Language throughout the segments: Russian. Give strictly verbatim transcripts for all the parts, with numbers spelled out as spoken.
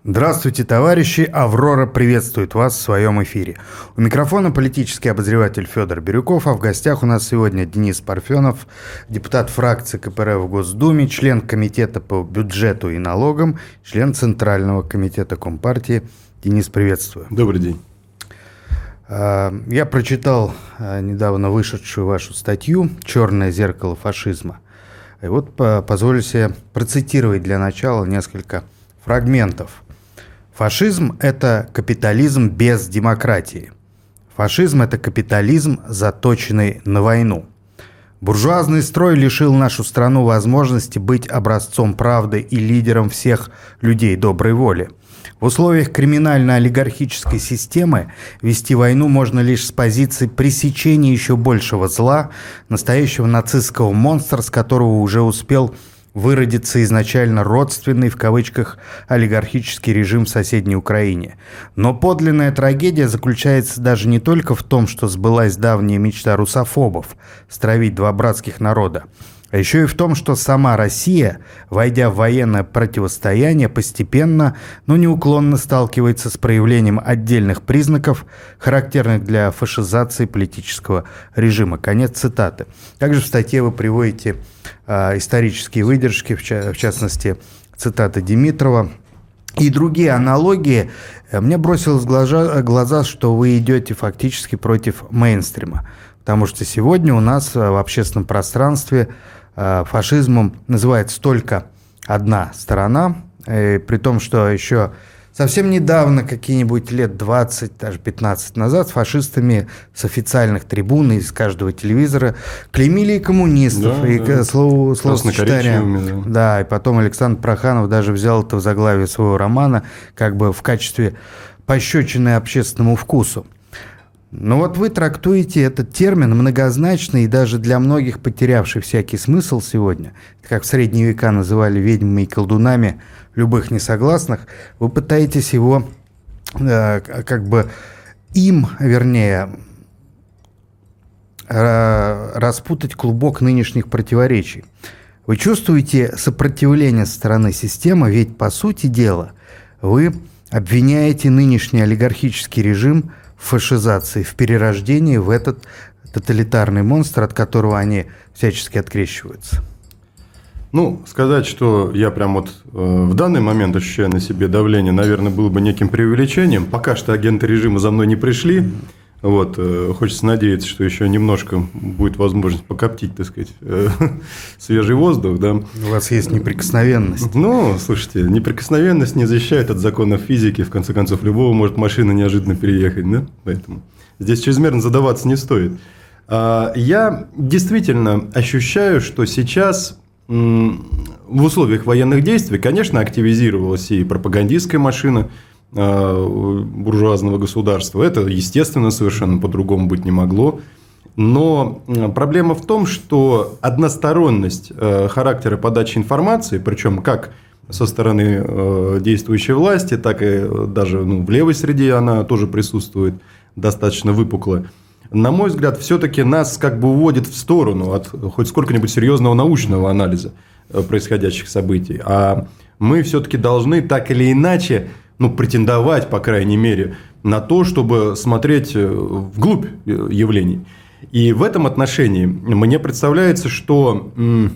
Здравствуйте, товарищи! «Аврора» приветствует вас в своем эфире. У микрофона политический обозреватель Федор Бирюков, а в гостях у нас сегодня Денис Парфенов, депутат фракции ка пэ эр в Госдуме, член комитета по бюджету и налогам, член Центрального комитета Компартии. Денис, приветствую. Добрый день. Я прочитал недавно вышедшую вашу статью «Черное зеркало фашизма». И вот позволю себе процитировать для начала несколько фрагментов. Фашизм – это капитализм без демократии. Фашизм – это капитализм, заточенный на войну. Буржуазный строй лишил нашу страну возможности быть образцом правды и лидером всех людей доброй воли. В условиях криминально-олигархической системы вести войну можно лишь с позиции пресечения еще большего зла, настоящего нацистского монстра, с которого уже успел выродится изначально родственный, в кавычках, олигархический режим в соседней Украине. Но подлинная трагедия заключается даже не только в том, что сбылась давняя мечта русофобов – стравить два братских народа, а еще и в том, что сама Россия, войдя в военное противостояние, постепенно, но неуклонно сталкивается с проявлением отдельных признаков, характерных для фашизации политического режима. Конец цитаты. Также в статье вы приводите э, исторические выдержки, в, ча- в частности, цитаты Димитрова и другие аналогии. Мне бросилось в глаза, глаза, что вы идете фактически против мейнстрима, потому что сегодня у нас в общественном пространстве фашизмом называется только одна сторона, и при том, что еще совсем недавно, какие-нибудь лет двадцать, даже пятнадцать назад, фашистами с официальных трибун из каждого телевизора клеймили и коммунистов, да, и да. слово, словосочетание. Да. да, и потом Александр Проханов даже взял это в заглавие своего романа, как бы в качестве пощечины общественному вкусу. Но вот вы трактуете этот термин многозначно и даже для многих потерявший всякий смысл сегодня, как в средние века называли ведьмами и колдунами любых несогласных, вы пытаетесь его э, как бы им, вернее, э, распутать клубок нынешних противоречий. Вы чувствуете сопротивление со стороны системы, ведь, по сути дела, вы обвиняете нынешний олигархический режим в фашизации, в перерождении в этот тоталитарный монстр, от которого они всячески открещиваются. Ну, сказать, что я прям вот э, в данный момент ощущаю на себе давление, наверное, было бы неким преувеличением. Пока что агенты режима за мной не пришли. Mm-hmm. Вот, э, хочется надеяться, что еще немножко будет возможность покоптить, так сказать, э, свежий воздух, да. У вас есть неприкосновенность. Ну, слушайте, неприкосновенность не защищает от законов физики. В конце концов, любого может машина неожиданно переехать, да? Поэтому здесь чрезмерно задаваться не стоит. А, я действительно ощущаю, что сейчас м- в условиях военных действий, конечно, активизировалась и пропагандистская машина буржуазного государства. Это, естественно, совершенно по-другому быть не могло. Но проблема в том, что односторонность характера подачи информации, причем как со стороны действующей власти, так и даже ну, в левой среде она тоже присутствует достаточно выпукло, на мой взгляд, все-таки нас как бы уводит в сторону от хоть сколько-нибудь серьезного научного анализа происходящих событий. А мы все-таки должны так или иначе ну, претендовать, по крайней мере, на то, чтобы смотреть вглубь явлений. И в этом отношении мне представляется, что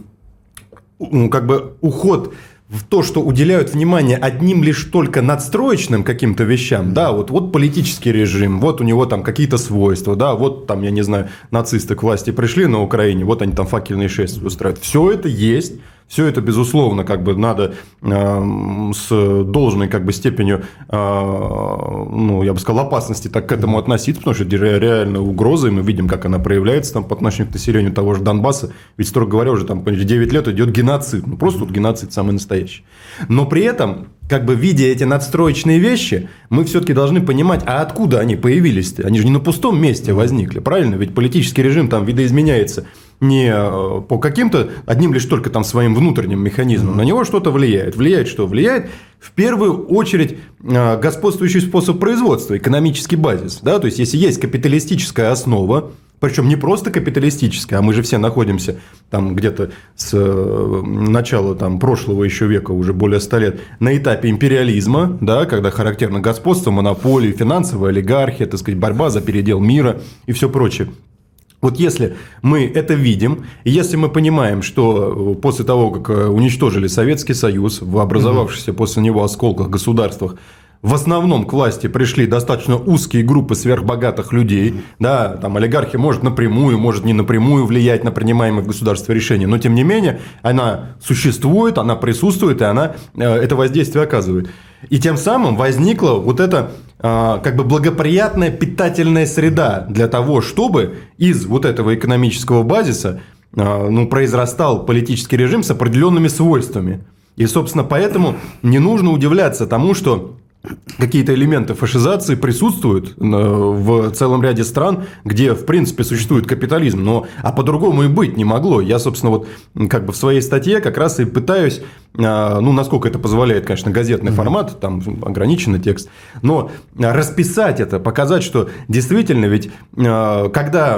ну, как бы уход в то, что уделяют внимание одним лишь только надстроечным каким-то вещам, да, вот, вот политический режим, вот у него там какие-то свойства, да, вот там, я не знаю, нацисты к власти пришли на Украине, вот они там факельные шествия устраивают. Все это есть. Все это, безусловно, как бы надо э, с должной как бы степенью, э, ну, я бы сказал, опасности так к этому относиться, потому что это реально угроза, и мы видим, как она проявляется там, по отношению к населению того же Донбасса. Ведь, строго говоря, уже там девять лет идет геноцид. Ну, просто вот геноцид самый настоящий. Но при этом, как бы видя эти надстроечные вещи, мы все-таки должны понимать, а откуда они появились-то? Они же не на пустом месте возникли, правильно? Ведь политический режим там видоизменяется не по каким-то одним лишь только там своим внутренним механизмам, mm-hmm. на него что-то влияет. Влияет что? Влияет в первую очередь господствующий способ производства, экономический базис. Да? То есть, если есть капиталистическая основа, причем не просто капиталистическое, а мы же все находимся там где-то с начала там, прошлого еще века, уже более ста лет, на этапе империализма, да, когда характерно господство, монополии, финансовая олигархия, так сказать, борьба за передел мира и все прочее. Вот если мы это видим, и если мы понимаем, что после того, как уничтожили Советский Союз, в образовавшихся после него осколках государствах, в основном к власти пришли достаточно узкие группы сверхбогатых людей, да, там олигархия может напрямую, может не напрямую влиять на принимаемые в государстве решения, но тем не менее она существует, она присутствует, и она это воздействие оказывает. И тем самым возникла вот эта как бы благоприятная питательная среда для того, чтобы из вот этого экономического базиса ну, произрастал политический режим с определенными свойствами. И, собственно, поэтому не нужно удивляться тому, что какие-то элементы фашизации присутствуют в целом ряде стран, где, в принципе, существует капитализм, но а по-другому и быть не могло. Я, собственно, вот как бы в своей статье как раз и пытаюсь, ну, насколько это позволяет, конечно, газетный формат, там ограниченный текст, но расписать это, показать, что действительно ведь, когда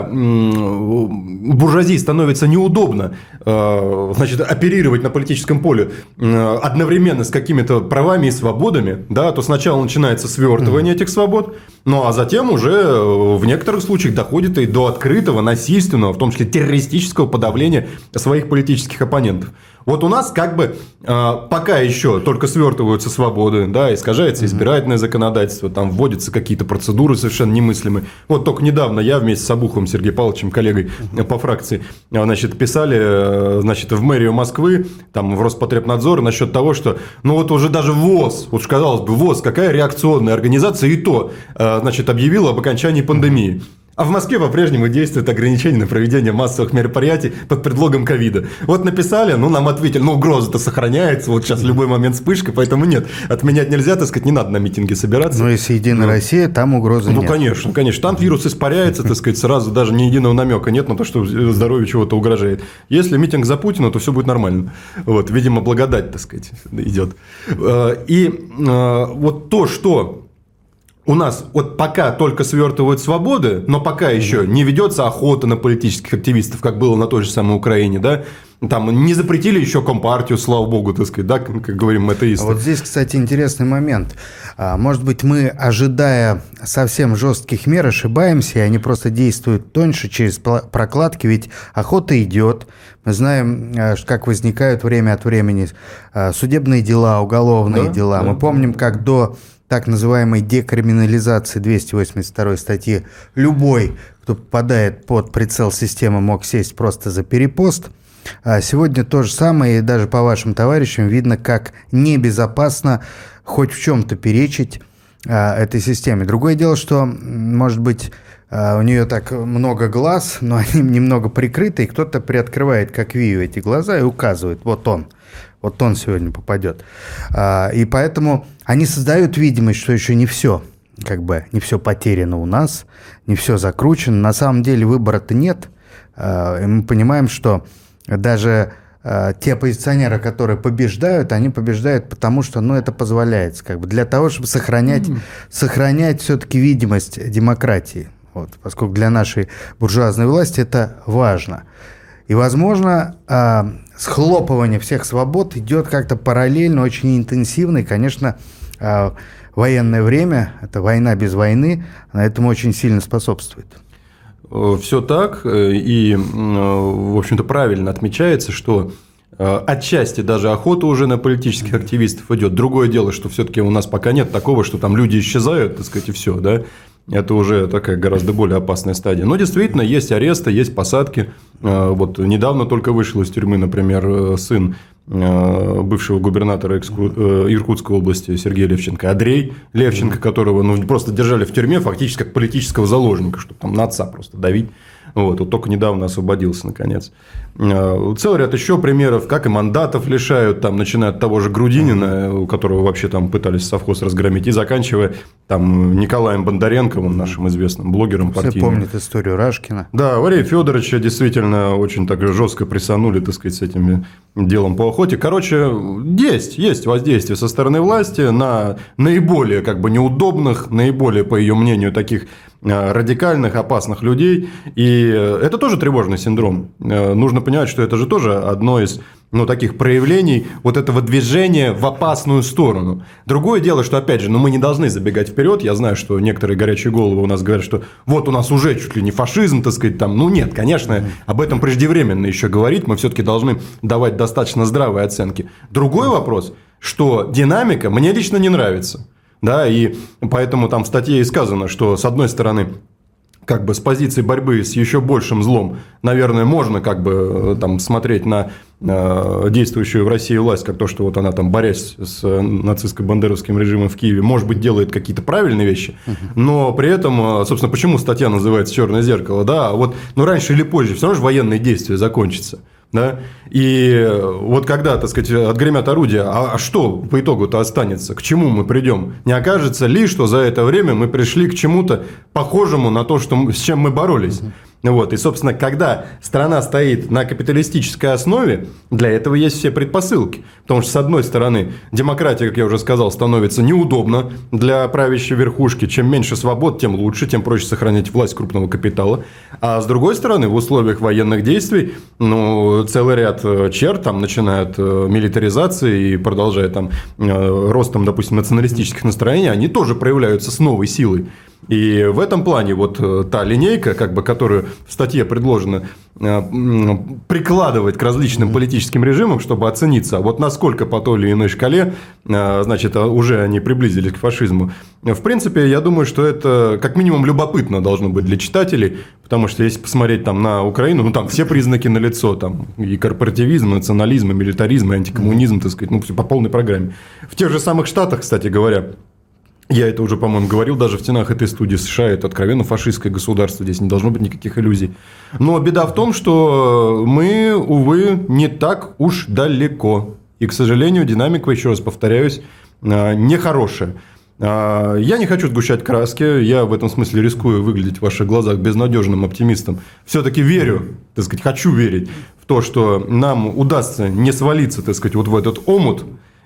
буржуазии становится неудобно, значит, оперировать на политическом поле одновременно с какими-то правами и свободами, да, то сначала начинается свертывание этих свобод, ну а затем уже в некоторых случаях доходит и до открытого, насильственного, в том числе террористического подавления своих политических оппонентов. Вот у нас как бы пока еще только свертываются свободы, да, искажается избирательное законодательство, там вводятся какие-то процедуры совершенно немыслимые. Вот только недавно я вместе с Обуховым Сергеем Павловичем, коллегой по фракции, значит, писали, значит, в мэрию Москвы, там в Роспотребнадзор насчет того, что, ну вот уже даже ВОЗ, вот казалось бы, ВОЗ, какая реакционная организация, и то, значит, объявила об окончании пандемии. А в Москве по-прежнему действует ограничение на проведение массовых мероприятий под предлогом ковида. Вот написали, ну, нам ответили, ну, угроза-то сохраняется, вот сейчас в любой момент вспышка, поэтому нет, отменять нельзя, так сказать, не надо на митинги собираться. Но если Единая ну, Россия, там угрозы ну, нет. Ну, конечно, конечно, там вирус испаряется, так сказать, сразу даже ни единого намека нет на то, что здоровью чего-то угрожает. Если митинг за Путина, то все будет нормально. Вот, видимо, благодать, так сказать, идет. И вот то, что... У нас вот пока только свертывают свободы, но пока еще не ведется охота на политических активистов, как было на той же самой Украине, да, там не запретили еще Компартию, слава богу, так сказать, да, как говорим мы атеисты. Вот здесь, кстати, интересный момент. Может быть, мы, ожидая совсем жестких мер, ошибаемся, и они просто действуют тоньше через прокладки, ведь охота идет. Мы знаем, как возникают время от времени судебные дела, уголовные да? дела. Да. Мы помним, как до так называемой декриминализации двести восемьдесят второй статьи любой, кто попадает под прицел системы, мог сесть просто за перепост. А сегодня то же самое, и даже по вашим товарищам видно, как небезопасно хоть в чем-то перечить а, этой системе. Другое дело, что, может быть, а, у нее так много глаз, но они немного прикрыты, и кто-то приоткрывает, как Вию, эти глаза и указывает, вот он. Вот он сегодня попадет. И поэтому они создают видимость, что еще не все, как бы, не все потеряно у нас, не все закручено. На самом деле выбора-то нет. И мы понимаем, что даже те оппозиционеры, которые побеждают, они побеждают потому, что ну, это позволяется. Как бы, для того, чтобы сохранять, mm-hmm. сохранять все-таки видимость демократии. Вот, поскольку для нашей буржуазной власти это важно. И, возможно, схлопывание всех свобод идет как-то параллельно, очень интенсивно. И, конечно, военное время, это война без войны, она этому очень сильно способствует. Все так. И, в общем-то, правильно отмечается, что отчасти даже охота уже на политических активистов идет. Другое дело, что все-таки у нас пока нет такого, что там люди исчезают, так сказать, и все, да. Это уже такая гораздо более опасная стадия. Но действительно есть аресты, есть посадки. Вот недавно только вышел из тюрьмы, например, сын бывшего губернатора Иркутской области Сергея Левченко, Андрей Левченко, которого ну, просто держали в тюрьме фактически как политического заложника, чтобы там на отца просто давить. Вот, вот только недавно освободился, наконец. Целый ряд еще примеров, как и мандатов лишают, там, начиная от того же Грудинина, у которого вообще там пытались совхоз разгромить, и заканчивая там, Николаем Бондаренковым, нашим известным блогером партийным. Все помнят историю Рашкина. Да, Валерия Федоровича действительно очень так жестко прессанули, так сказать, с этим делом по охоте. Короче, есть, есть воздействие со стороны власти на наиболее как бы, неудобных, наиболее, по ее мнению, таких радикальных, опасных людей. И это тоже тревожный синдром. Нужно понимать, что это же тоже одно из ну, таких проявлений вот этого движения в опасную сторону. Другое дело, что, опять же, ну, мы не должны забегать вперед. Я знаю, что некоторые горячие головы у нас говорят, что вот у нас уже чуть ли не фашизм, так сказать, там. Ну, нет, конечно, об этом преждевременно еще говорить. Мы все-таки должны давать достаточно здравые оценки. Другой вопрос, что динамика мне лично не нравится. Да, и поэтому там в статье и сказано, что, с одной стороны, как бы с позиции борьбы с еще большим злом, наверное, можно как бы там смотреть на э, действующую в России власть, как то, что вот она там, борясь с нацистско-бандеровским режимом в Киеве, может быть, делает какие-то правильные вещи, но при этом, собственно, почему статья называется «Черное зеркало», да, вот, ну, раньше или позже все равно же военные действия закончатся. Да? И вот когда, так сказать, отгремят орудия, а, а что по итогу-то останется? К чему мы придем? Не окажется ли, что за это время мы пришли к чему-то похожему на то, что, с чем мы боролись? Вот. И, собственно, когда страна стоит на капиталистической основе, для этого есть все предпосылки. Потому что, с одной стороны, демократия, как я уже сказал, становится неудобна для правящей верхушки. Чем меньше свобод, тем лучше, тем проще сохранять власть крупного капитала. А с другой стороны, в условиях военных действий, ну, целый ряд черт, там, начиная от милитаризации и продолжая там ростом, допустим, националистических настроений, они тоже проявляются с новой силой. И в этом плане вот та линейка, как бы, которую в статье предложено прикладывать к различным политическим режимам, чтобы оцениться, вот насколько по той или иной шкале, значит, уже они приблизились к фашизму. В принципе, я думаю, что это как минимум любопытно должно быть для читателей, потому что если посмотреть там на Украину, ну там все признаки налицо, там и корпоративизм, и национализм, и милитаризм, и антикоммунизм, так сказать, ну все по полной программе. В тех же самых Штатах, кстати говоря, я это уже, по-моему, говорил даже в стенах этой студии, США это откровенно фашистское государство, здесь не должно быть никаких иллюзий. Но беда в том, что мы, увы, не так уж далеко. И, к сожалению, динамика, еще раз повторяюсь, нехорошая. Я не хочу сгущать краски, я в этом смысле рискую выглядеть в ваших глазах безнадежным оптимистом. Все-таки верю, так сказать, хочу верить в то, что нам удастся не свалиться, так сказать, вот в этот омут.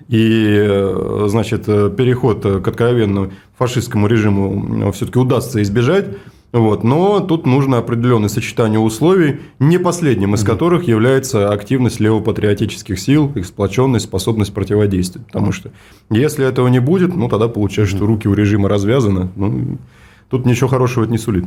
И, значит, переход к откровенному фашистскому режиму все-таки удастся избежать. Вот. Но тут нужно определенное сочетание условий, не последним из которых является активность левопатриотических сил, их сплоченность, способность противодействовать. Потому что если этого не будет, ну тогда получается, что руки у режима развязаны. Ну, тут ничего хорошего это не сулит.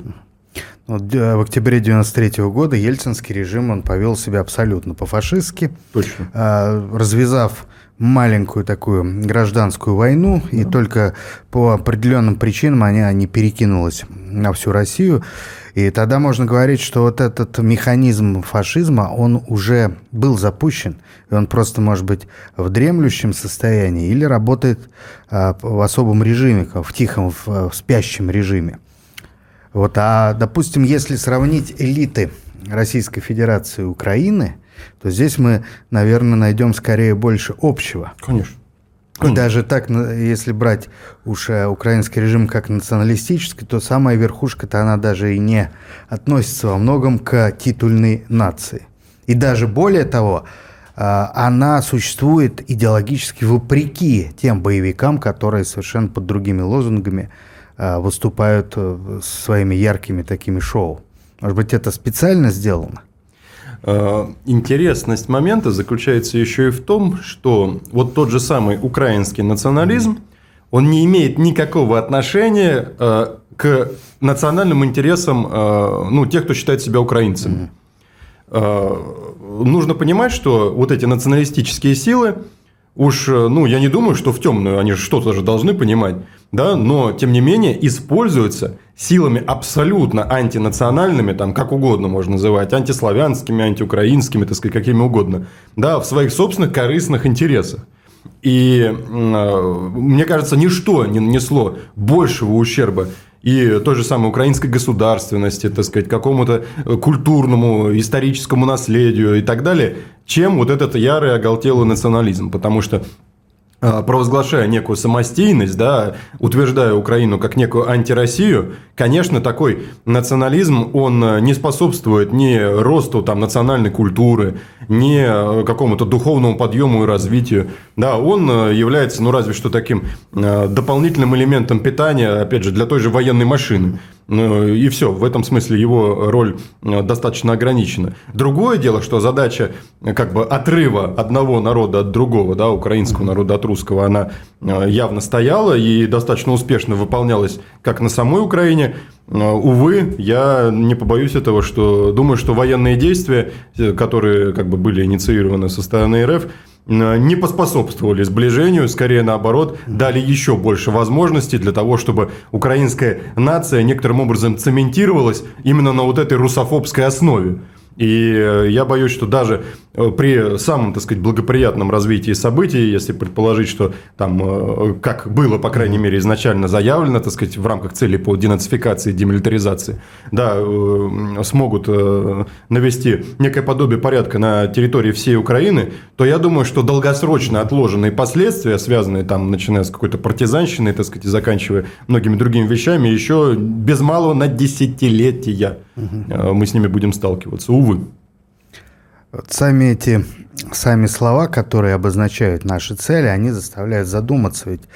В октябре девяносто третьего года ельцинский режим он повел себя абсолютно по-фашистски, точно, развязав маленькую такую гражданскую войну, да. И только по определенным причинам она не перекинулась на всю Россию. И тогда можно говорить, что вот этот механизм фашизма, он уже был запущен, и он просто может быть в дремлющем состоянии или работает в особом режиме, в тихом, в спящем режиме. Вот, а, допустим, если сравнить элиты Российской Федерации и Украины, то здесь мы, наверное, найдем скорее больше общего. Конечно. Конечно. Даже так, если брать уж украинский режим как националистический, то самая верхушка-то она даже и не относится во многом к титульной нации. И даже более того, она существует идеологически вопреки тем боевикам, которые совершенно под другими лозунгами выступают своими яркими такими шоу. Может быть, это специально сделано? Интересность момента заключается еще и в том, что вот тот же самый украинский национализм, он не имеет никакого отношения к национальным интересам, ну, тех, кто считает себя украинцами. Mm-hmm. Нужно понимать, что вот эти националистические силы, уж, ну, я не думаю, что в темную, они же что-то же должны понимать, да, но, тем не менее, используются силами абсолютно антинациональными, там, как угодно можно называть, антиславянскими, антиукраинскими, так сказать, какими угодно, да, в своих собственных корыстных интересах. И, мне кажется, ничто не нанесло большего ущерба и той же самой украинской государственности, так сказать, какому-то культурному, историческому наследию и так далее, чем вот этот ярый оголтелый национализм. Потому что, провозглашая некую самостийность, да, утверждая Украину как некую антироссию, конечно, такой национализм, он не способствует ни росту там, национальной культуры, ни какому-то духовному подъему и развитию. Да, он является, ну, разве что таким дополнительным элементом питания, опять же, для той же военной машины. и все. В этом смысле его роль достаточно ограничена. Другое дело, что задача как бы отрыва одного народа от другого, да, украинского народа от русского, она явно стояла и достаточно успешно выполнялась как на самой Украине. Увы, я не побоюсь этого, что думаю, что военные действия, которые как бы были инициированы со стороны РФ, не поспособствовали сближению, скорее наоборот, дали еще больше возможностей для того, чтобы украинская нация некоторым образом цементировалась именно на вот этой русофобской основе. И я боюсь, что даже при самом, так сказать, благоприятном развитии событий, если предположить, что там, как было, по крайней мере, изначально заявлено, так сказать, в рамках целей по денацификации и демилитаризации, да, смогут навести некое подобие порядка на территории всей Украины, то я думаю, что долгосрочно отложенные последствия, связанные там, начиная с какой-то партизанщиной, так сказать, и заканчивая многими другими вещами, еще без малого на десятилетия угу. мы с ними будем сталкиваться, увы. Вот сами эти сами слова, которые обозначают наши цели, они заставляют задуматься. Ведь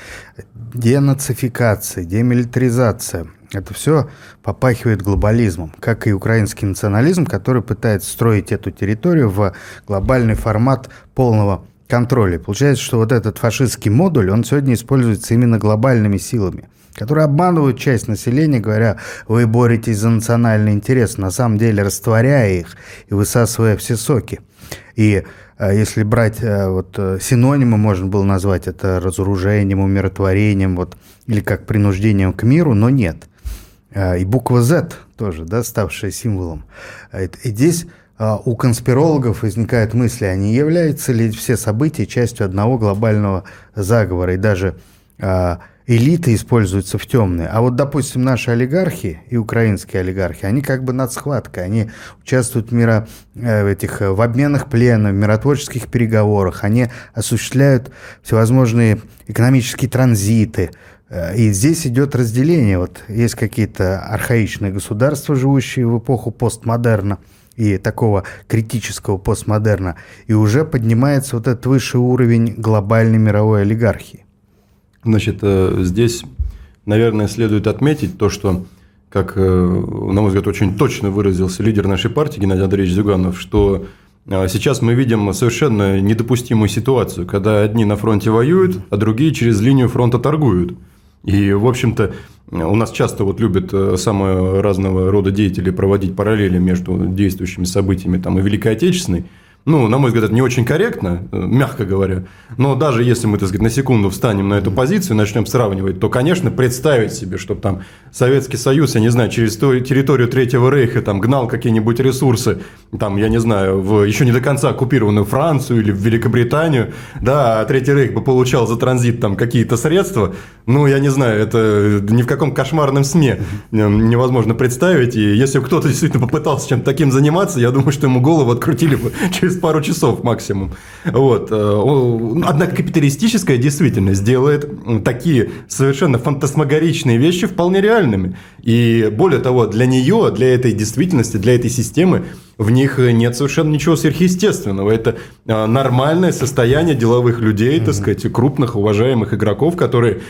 денацификация, демилитаризация – это все попахивает глобализмом, как и украинский национализм, который пытается строить эту территорию в глобальный формат полного контроля. Получается, что вот этот фашистский модуль, он сегодня используется именно глобальными силами, которые обманывают часть населения, говоря, вы боретесь за национальный интерес, на самом деле растворяя их и высасывая все соки. И э, если брать э, вот, синонимы, можно было назвать это разоружением, умиротворением, вот, или как принуждением к миру, но нет. Э, и буква Z тоже, да, ставшая символом. И здесь э, у конспирологов возникают мысли, а не являются ли все события частью одного глобального заговора, и даже э, элиты используются в темные. А вот, допустим, наши олигархи и украинские олигархи, они как бы над схваткой, они участвуют в, миро, в, этих, в обменах плена, в миротворческих переговорах, они осуществляют всевозможные экономические транзиты. И здесь идет разделение. Вот есть какие-то архаичные государства, живущие в эпоху постмодерна и такого критического постмодерна, и уже поднимается вот этот высший уровень глобальной мировой олигархии. Значит, здесь, наверное, следует отметить то, что, как, на мой взгляд, очень точно выразился лидер нашей партии Геннадий Андреевич Зюганов, что сейчас мы видим совершенно недопустимую ситуацию, когда одни на фронте воюют, а другие через линию фронта торгуют. И, в общем-то, у нас часто вот любят самые разного рода деятели проводить параллели между действующими событиями там, и Великой Отечественной. Ну, на мой взгляд, это не очень корректно, мягко говоря. Но даже если мы, так сказать, на секунду встанем на эту позицию и начнем сравнивать, то, конечно, представить себе, чтобы там Советский Союз, я не знаю, через территорию Третьего Рейха там гнал какие-нибудь ресурсы, там, я не знаю, в еще не до конца оккупированную Францию или в Великобританию, да, а Третий Рейх бы получал за транзит там какие-то средства, ну, я не знаю, это ни в каком кошмарном сне невозможно представить. И если бы кто-то действительно попытался чем-то таким заниматься, я думаю, что ему голову открутили бы через пару часов максимум. Вот. Однако капиталистическая действительность делает такие совершенно фантасмагоричные вещи вполне реальными. И более того, для нее, для этой действительности, для этой системы в них нет совершенно ничего сверхъестественного. Это нормальное состояние деловых людей, так сказать, крупных, уважаемых игроков, которые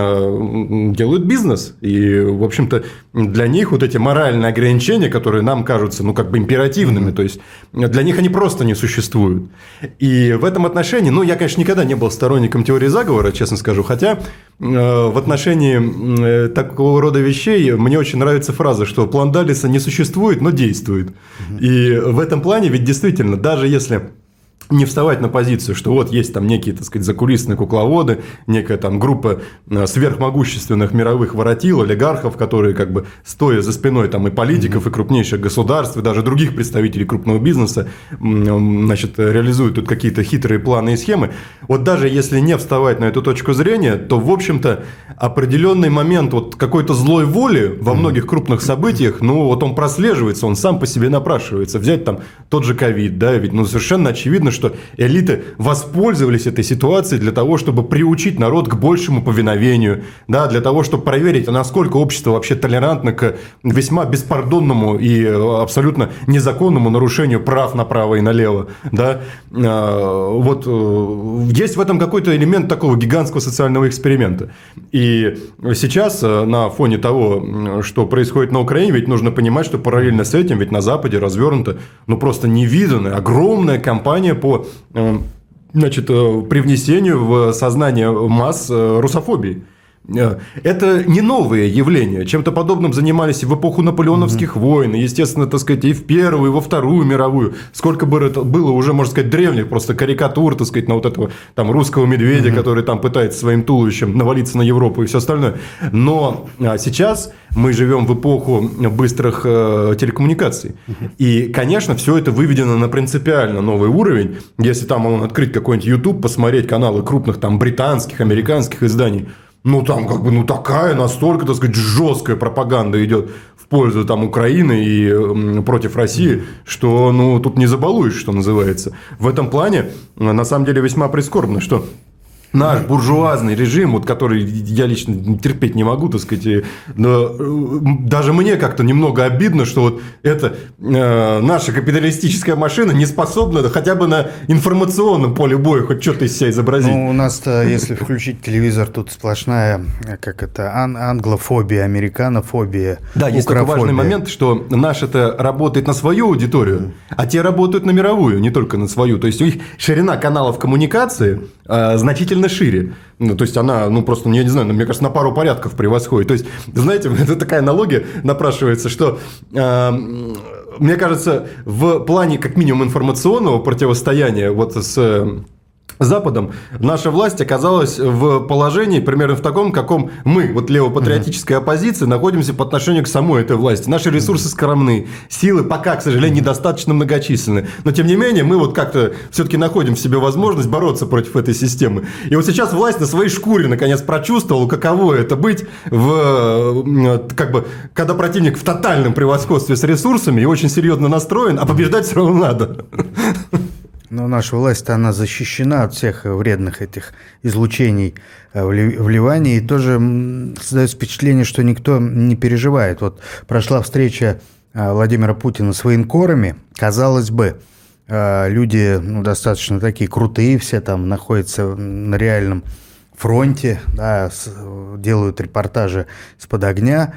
делают бизнес. И, в общем-то, для них вот эти моральные ограничения, которые нам кажутся, ну, как бы императивными, то есть для них они просто не существуют. И в этом отношении, ну, я, конечно, никогда не был сторонником теории заговора, честно скажу, хотя в отношении такого рода вещей мне очень нравится фраза, что план Даллеса не существует, но действует. И в этом плане ведь действительно, даже если не вставать на позицию, что вот есть там некие, так сказать, закулисные кукловоды, некая там группа сверхмогущественных мировых воротил, олигархов, которые как бы стоя за спиной там и политиков, mm-hmm. и крупнейших государств, и даже других представителей крупного бизнеса, значит, реализуют тут какие-то хитрые планы и схемы. Вот даже если не вставать на эту точку зрения, то, в общем-то, определенный момент вот какой-то злой воли во многих крупных событиях, ну, вот он прослеживается, он сам по себе напрашивается. Взять там тот же ковид, да, ведь ну, совершенно очевидно, что что элиты воспользовались этой ситуацией для того, чтобы приучить народ к большему повиновению, да, для того, чтобы проверить, насколько общество вообще толерантно к весьма беспардонному и абсолютно незаконному нарушению прав направо и налево. Да. Вот есть в этом какой-то элемент такого гигантского социального эксперимента. И сейчас на фоне того, что происходит на Украине, ведь нужно понимать, что параллельно с этим, ведь на Западе развернута, ну, просто невиданная, огромная кампания по, значит, привнесению в сознание масс русофобии. Это не новое явление. Чем-то подобным занимались и в эпоху наполеоновских mm-hmm. войн, и, естественно, так сказать, и в Первую, и во Вторую мировую. Сколько бы это было уже, можно сказать, древних просто карикатур, так сказать, на вот этого там русского медведя, mm-hmm. который там пытается своим туловищем навалиться на Европу и все остальное. Но сейчас мы живем в эпоху быстрых э, телекоммуникаций. Mm-hmm. И, конечно, все это выведено на принципиально новый уровень. Если там он открыть какой-нибудь YouTube, посмотреть каналы крупных там британских, американских изданий, ну, там, как бы, ну, такая, настолько, так сказать, жесткая пропаганда идет в пользу там Украины и м, против России, что, ну, тут не забалуешь, что называется. В этом плане, на самом деле, весьма прискорбно, что наш буржуазный режим, вот, который я лично терпеть не могу, так сказать, но даже мне как-то немного обидно, что вот эта э, наша капиталистическая машина не способна хотя бы на информационном поле боя хоть что-то из себя изобразить. Ну, у нас-то, если включить телевизор, тут сплошная, как это, ан- англофобия, американофобия, да, есть такой важный момент, что наш-то работает на свою аудиторию, а те работают на мировую, не только на свою. То есть, у них ширина каналов коммуникации э, значительно шире. Ну, то есть, она, ну, просто, я не знаю, мне кажется, на пару порядков превосходит. То есть, знаете, это такая аналогия напрашивается, что, э, мне кажется, в плане, как минимум, информационного противостояния вот с Западом, наша власть оказалась в положении примерно в таком, каком мы, вот левопатриотическая оппозиция, находимся по отношению к самой этой власти. Наши ресурсы скромны, силы пока, к сожалению, недостаточно многочисленны. Но, тем не менее, мы вот как-то все-таки находим в себе возможность бороться против этой системы. И вот сейчас власть на своей шкуре, наконец, прочувствовала, каково это быть, в, как бы, когда противник в тотальном превосходстве с ресурсами и очень серьезно настроен, а побеждать все равно надо. Но наша власть, она защищена от всех вредных этих излучений в Ливане, и тоже создается впечатление, что никто не переживает. Вот прошла встреча Владимира Путина с военкорами, казалось бы, люди, ну, достаточно такие крутые, все там находятся на реальном фронте, да, делают репортажи из-под огня.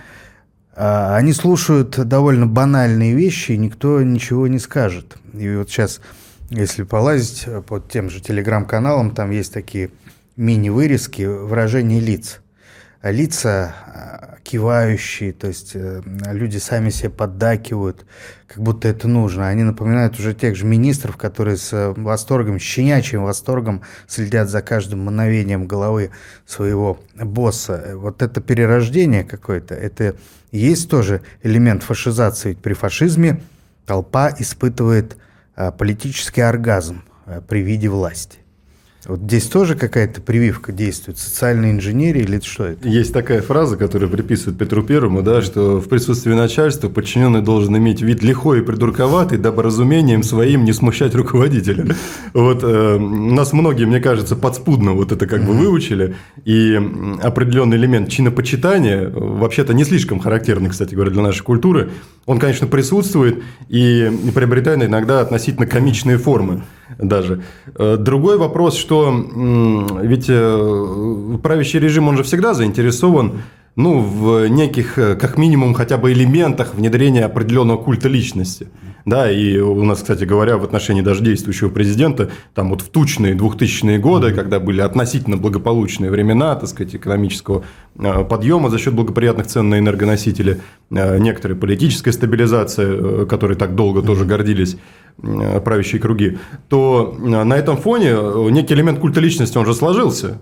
Они слушают довольно банальные вещи, и никто ничего не скажет. И вот сейчас, если полазить под тем же телеграм-каналом, там есть такие мини-вырезки выражений лиц. Лица кивающие, то есть люди сами себе поддакивают, как будто это нужно. Они напоминают уже тех же министров, которые с восторгом, щенячьим восторгом следят за каждым мгновением головы своего босса. Вот это перерождение какое-то, это есть тоже элемент фашизации. Ведь при фашизме толпа испытывает политический оргазм при виде власти. Вот здесь тоже какая-то прививка действует, социальная инженерия или что это? Есть такая фраза, которую приписывают Петру Первому, да, что в присутствии начальства подчиненный должен иметь вид лихой и придурковатый, дабы разумением своим не смущать руководителя. Вот э, нас многие, мне кажется, подспудно вот это как бы выучили, и определенный элемент чинопочитания, вообще-то не слишком характерный, кстати говоря, для нашей культуры, он, конечно, присутствует и приобретает иногда относительно комичные формы даже. Другой вопрос, что ведь правящий режим, он же всегда заинтересован, ну, в неких, как минимум, хотя бы элементах внедрения определенного культа личности. Да, и у нас, кстати говоря, в отношении даже действующего президента, там вот в тучные двухтысячные годы, когда были относительно благополучные времена, так сказать, экономического подъема за счет благоприятных цен на энергоносители, некоторая политическая стабилизация, которой так долго тоже гордились правящие круги, то на этом фоне некий элемент культа личности, он же сложился.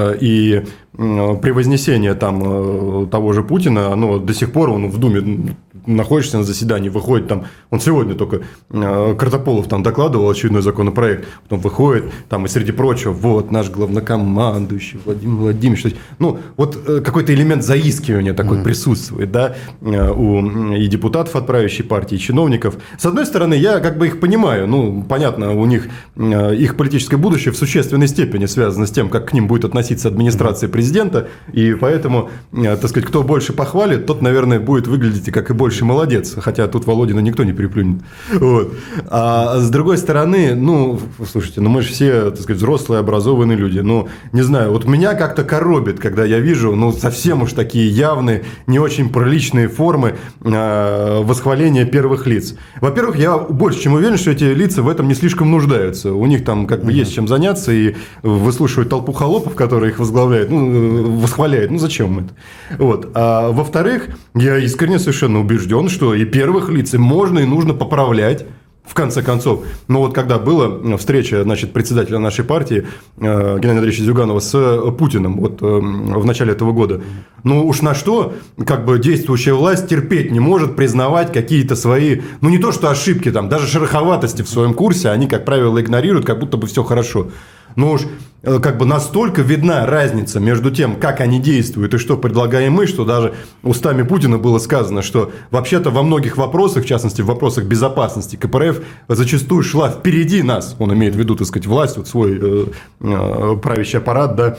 И превознесение там того же Путина, оно до сих пор он в Думе находишься на заседании, выходит там, он сегодня только э, Картополов там докладывал очередной законопроект, потом выходит там и среди прочего, вот наш главнокомандующий Владимир Владимирович, ну вот э, какой-то элемент заискивания такой mm-hmm. присутствует, да, э, у и депутатов от правящей партии, и чиновников. С одной стороны, я как бы их понимаю, ну понятно, у них э, их политическое будущее в существенной степени связано с тем, как к ним будет относиться администрация президента, и поэтому, э, так сказать, кто больше похвалит, тот, наверное, будет выглядеть как и больше молодец, хотя тут Володина никто не переплюнет. Вот. А с другой стороны, ну, слушайте, ну мы же все, так сказать, взрослые, образованные люди, ну, не знаю, вот меня как-то коробит, когда я вижу, ну, совсем уж такие явные, не очень приличные формы э, восхваления первых лиц. Во-первых, я больше чем уверен, что эти лица в этом не слишком нуждаются, у них там как бы есть чем заняться, и выслушивать толпу холопов, которые их возглавляют, ну, восхваляют, ну, зачем это? Вот. А во-вторых, я искренне совершенно убежден, что и первых лиц и можно и нужно поправлять, в конце концов. Но вот когда была встреча, значит, председателя нашей партии Геннадия Андреевича Зюганова с Путиным вот в начале этого года, ну уж на что как бы действующая власть терпеть не может признавать какие-то свои, ну не то что ошибки, там, даже шероховатости в своем курсе, они, как правило, игнорируют, как будто бы все хорошо. Но уж как бы настолько видна разница между тем, как они действуют и что предлагаем мы, что даже устами Путина было сказано, что вообще-то во многих вопросах, в частности в вопросах безопасности, ка пэ эр эф зачастую шла впереди нас, он имеет в виду, так сказать, власть, вот свой э, э, правящий аппарат, да,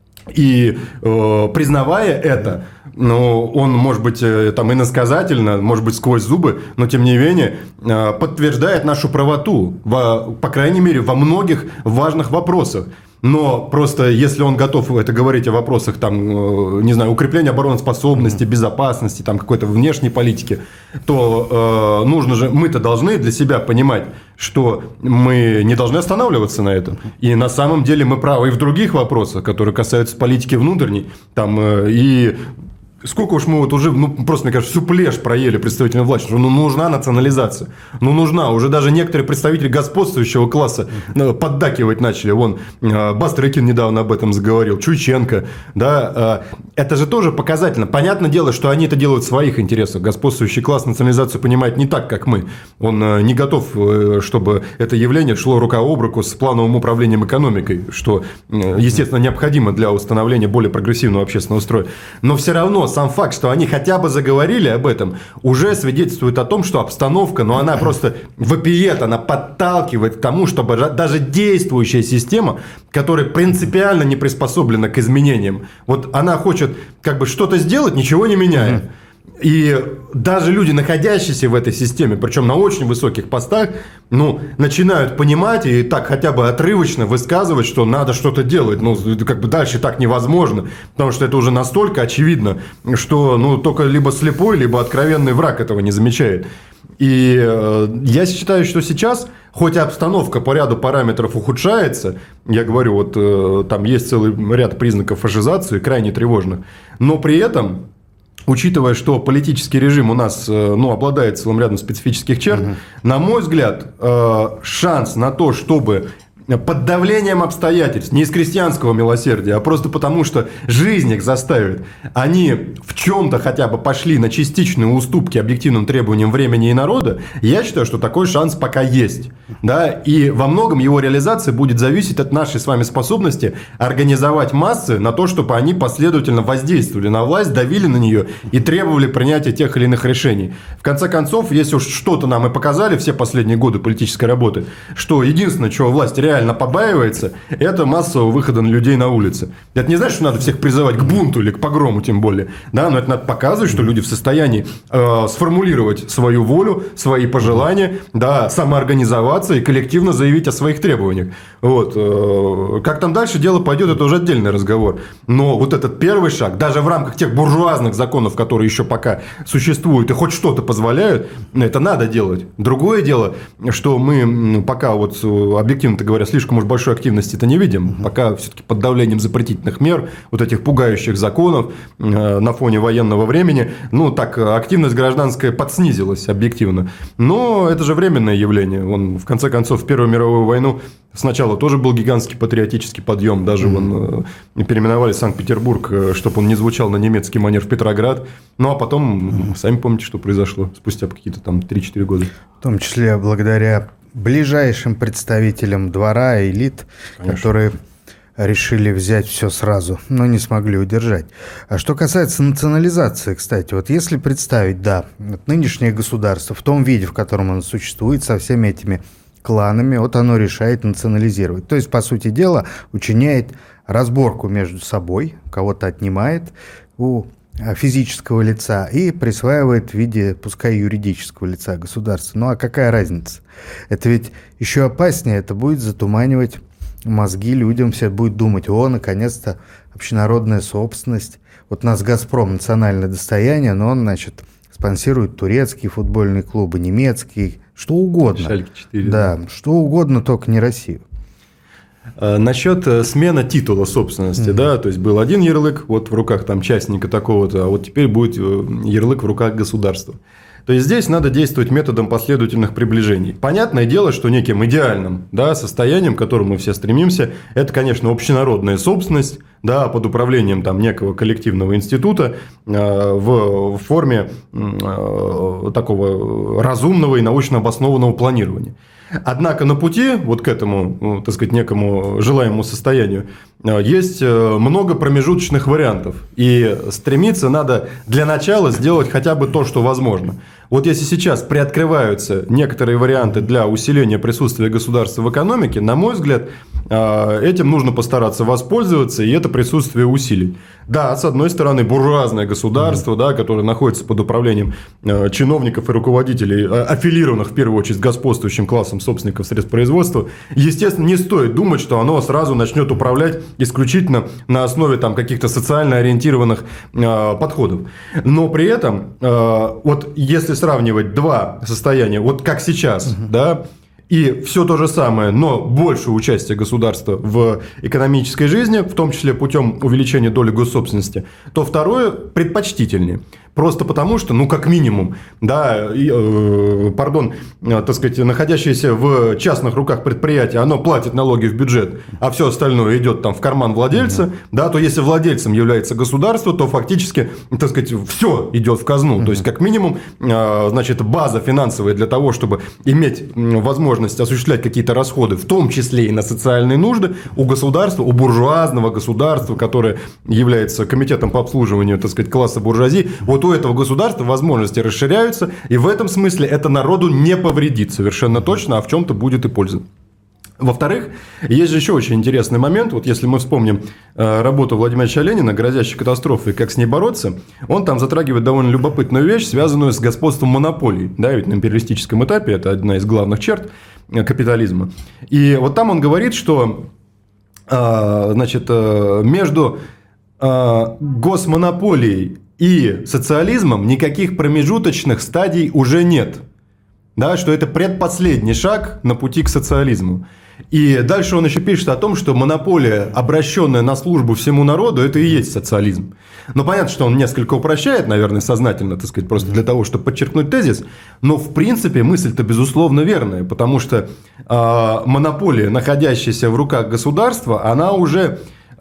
и э, признавая это, ну, он, может быть, там иносказательно, может быть, сквозь зубы, но, тем не менее, э, подтверждает нашу правоту, во, по крайней мере, во многих важных вопросах. Но просто если он готов это говорить о вопросах, там, не знаю, укрепления обороноспособности, безопасности, там, какой-то внешней политики, то э, нужно же, мы-то должны для себя понимать, что мы не должны останавливаться на этом. И на самом деле мы правы и в других вопросах, которые касаются политики внутренней, там, э, и... Сколько уж мы вот уже, ну, просто, мне кажется, всю плешь проели представительной власти, что ну, нужна национализация. Ну, нужна. Уже даже некоторые представители господствующего класса поддакивать начали. Вон, Бастрыкин недавно об этом заговорил, Чуйченко. Да, это же тоже показательно. Понятное дело, что они это делают в своих интересах. Господствующий класс национализацию понимает не так, как мы. Он не готов, чтобы это явление шло рука об руку с плановым управлением экономикой, что, естественно, необходимо для установления более прогрессивного общественного строя. Но все равно сам факт, что они хотя бы заговорили об этом, уже свидетельствует о том, что обстановка, ну, она просто вопиет, она подталкивает к тому, чтобы даже действующая система, которая принципиально не приспособлена к изменениям, вот она хочет как бы что-то сделать, ничего не меняя. И даже люди, находящиеся в этой системе, причем на очень высоких постах, ну, начинают понимать и так хотя бы отрывочно высказывать, что надо что-то делать. Ну, как бы дальше так невозможно, потому что это уже настолько очевидно, что, ну, только либо слепой, либо откровенный враг этого не замечает. И э, я считаю, что сейчас, хоть и обстановка по ряду параметров ухудшается, я говорю, вот э, там есть целый ряд признаков фашизации, крайне тревожных, но при этом... Учитывая, что политический режим у нас, ну, обладает целым рядом специфических черт, угу. на мой взгляд, шанс на то, чтобы под давлением обстоятельств, не из крестьянского милосердия, а просто потому, что жизнь их заставит, они в чем-то хотя бы пошли на частичные уступки объективным требованиям времени и народа, я считаю, что такой шанс пока есть. Да? И во многом его реализация будет зависеть от нашей с вами способности организовать массы на то, чтобы они последовательно воздействовали на власть, давили на нее и требовали принятия тех или иных решений. В конце концов, если уж что-то нам и показали все последние годы политической работы, что единственное, чего власть реально побаивается, это массового выхода на людей на улицы. Это не значит, что надо всех призывать к бунту или к погрому, тем более. Да, но это надо показывать, что люди в состоянии э, сформулировать свою волю, свои пожелания, да, самоорганизоваться и коллективно заявить о своих требованиях. Вот. Э, как там дальше дело пойдет, это уже отдельный разговор. Но вот этот первый шаг, даже в рамках тех буржуазных законов, которые еще пока существуют и хоть что-то позволяют, это надо делать. Другое дело, что мы пока, вот объективно говоря, слишком уж большой активности-то не видим. Угу. Пока все-таки под давлением запретительных мер, вот этих пугающих законов э, на фоне военного времени, ну, так, активность гражданская подснизилась объективно. Но это же временное явление. Он, в конце концов, в Первую мировую войну сначала тоже был гигантский патриотический подъем. Даже mm-hmm. вон, э, переименовали Санкт-Петербург, э, чтобы он не звучал на немецкий манер, в Петроград. Ну, а потом, mm-hmm. сами помните, что произошло спустя какие-то там три-четыре года. В том числе благодаря ближайшим представителям двора, элит, Конечно. которые решили взять все сразу, но не смогли удержать. А что касается национализации, кстати, вот если представить, да, нынешнее государство в том виде, в котором оно существует, со всеми этими кланами, вот оно решает национализировать. То есть, по сути дела, учиняет разборку между собой, кого-то отнимает у физического лица и присваивает в виде, пускай юридического лица государства. Ну а какая разница? Это ведь еще опаснее, это будет затуманивать мозги людям, все будут думать: о, наконец-то общенародная собственность. Вот у нас «Газпром» национальное достояние, но он, значит, спонсирует турецкие футбольные клубы, немецкие, что угодно. Шальке четыре. Да, что угодно, только не Россию. Насчет смены титула собственности, mm-hmm. да, то есть был один ярлык вот в руках там частника такого-то, а вот теперь будет ярлык в руках государства. То есть здесь надо действовать методом последовательных приближений. Понятное дело, что неким идеальным, да, состоянием, к которому мы все стремимся, это, конечно, общенародная собственность, да, под управлением там некого коллективного института э, в, в форме э, такого разумного и научно обоснованного планирования. Однако на пути вот к этому, так сказать, некому желаемому состоянию есть много промежуточных вариантов. И стремиться надо для начала сделать хотя бы то, что возможно. Вот если сейчас приоткрываются некоторые варианты для усиления присутствия государства в экономике, на мой взгляд, этим нужно постараться воспользоваться и это присутствие усилить. Да, с одной стороны, буржуазное государство, mm-hmm. да, которое находится под управлением чиновников и руководителей, аффилированных в первую очередь с господствующим классом собственников средств производства, естественно, не стоит думать, что оно сразу начнет управлять исключительно на основе там, каких-то социально ориентированных э, подходов. Но при этом, э, вот если сравнивать два состояния, вот как сейчас, mm-hmm. да, и все то же самое, но больше участия государства в экономической жизни, в том числе путем увеличения доли госсобственности, то второе предпочтительнее. Просто потому, что, ну, как минимум, да, э, пардон, э, так сказать, находящееся в частных руках предприятие, оно платит налоги в бюджет, а все остальное идет там в карман владельца, mm-hmm. да, то если владельцем является государство, то фактически, так сказать, все идет в казну. Mm-hmm. То есть, как минимум, э, значит, база финансовая для того, чтобы иметь возможность осуществлять какие-то расходы, в том числе и на социальные нужды, у государства, у буржуазного государства, которое является комитетом по обслуживанию, так сказать, класса буржуазии, вот у этого государства возможности расширяются, и в этом смысле это народу не повредит совершенно точно, а в чем-то будет и польза. Во-вторых, есть же еще очень интересный момент. Вот если мы вспомним э, работу Владимира Ильича Ленина «Грозящая катастрофа» и «Как с ней бороться», он там затрагивает довольно любопытную вещь, связанную с господством монополий. Да, ведь на империалистическом этапе это одна из главных черт капитализма. И вот там он говорит, что э, значит, э, между э, госмонополией и социализмом никаких промежуточных стадий уже нет. Да, что это предпоследний шаг на пути к социализму. И дальше он еще пишет о том, что монополия, обращенная на службу всему народу, это и есть социализм. Но понятно, что он несколько упрощает, наверное, сознательно, так сказать, просто для того, чтобы подчеркнуть тезис. Но в принципе мысль-то безусловно верная, потому что э, монополия, находящаяся в руках государства, она уже...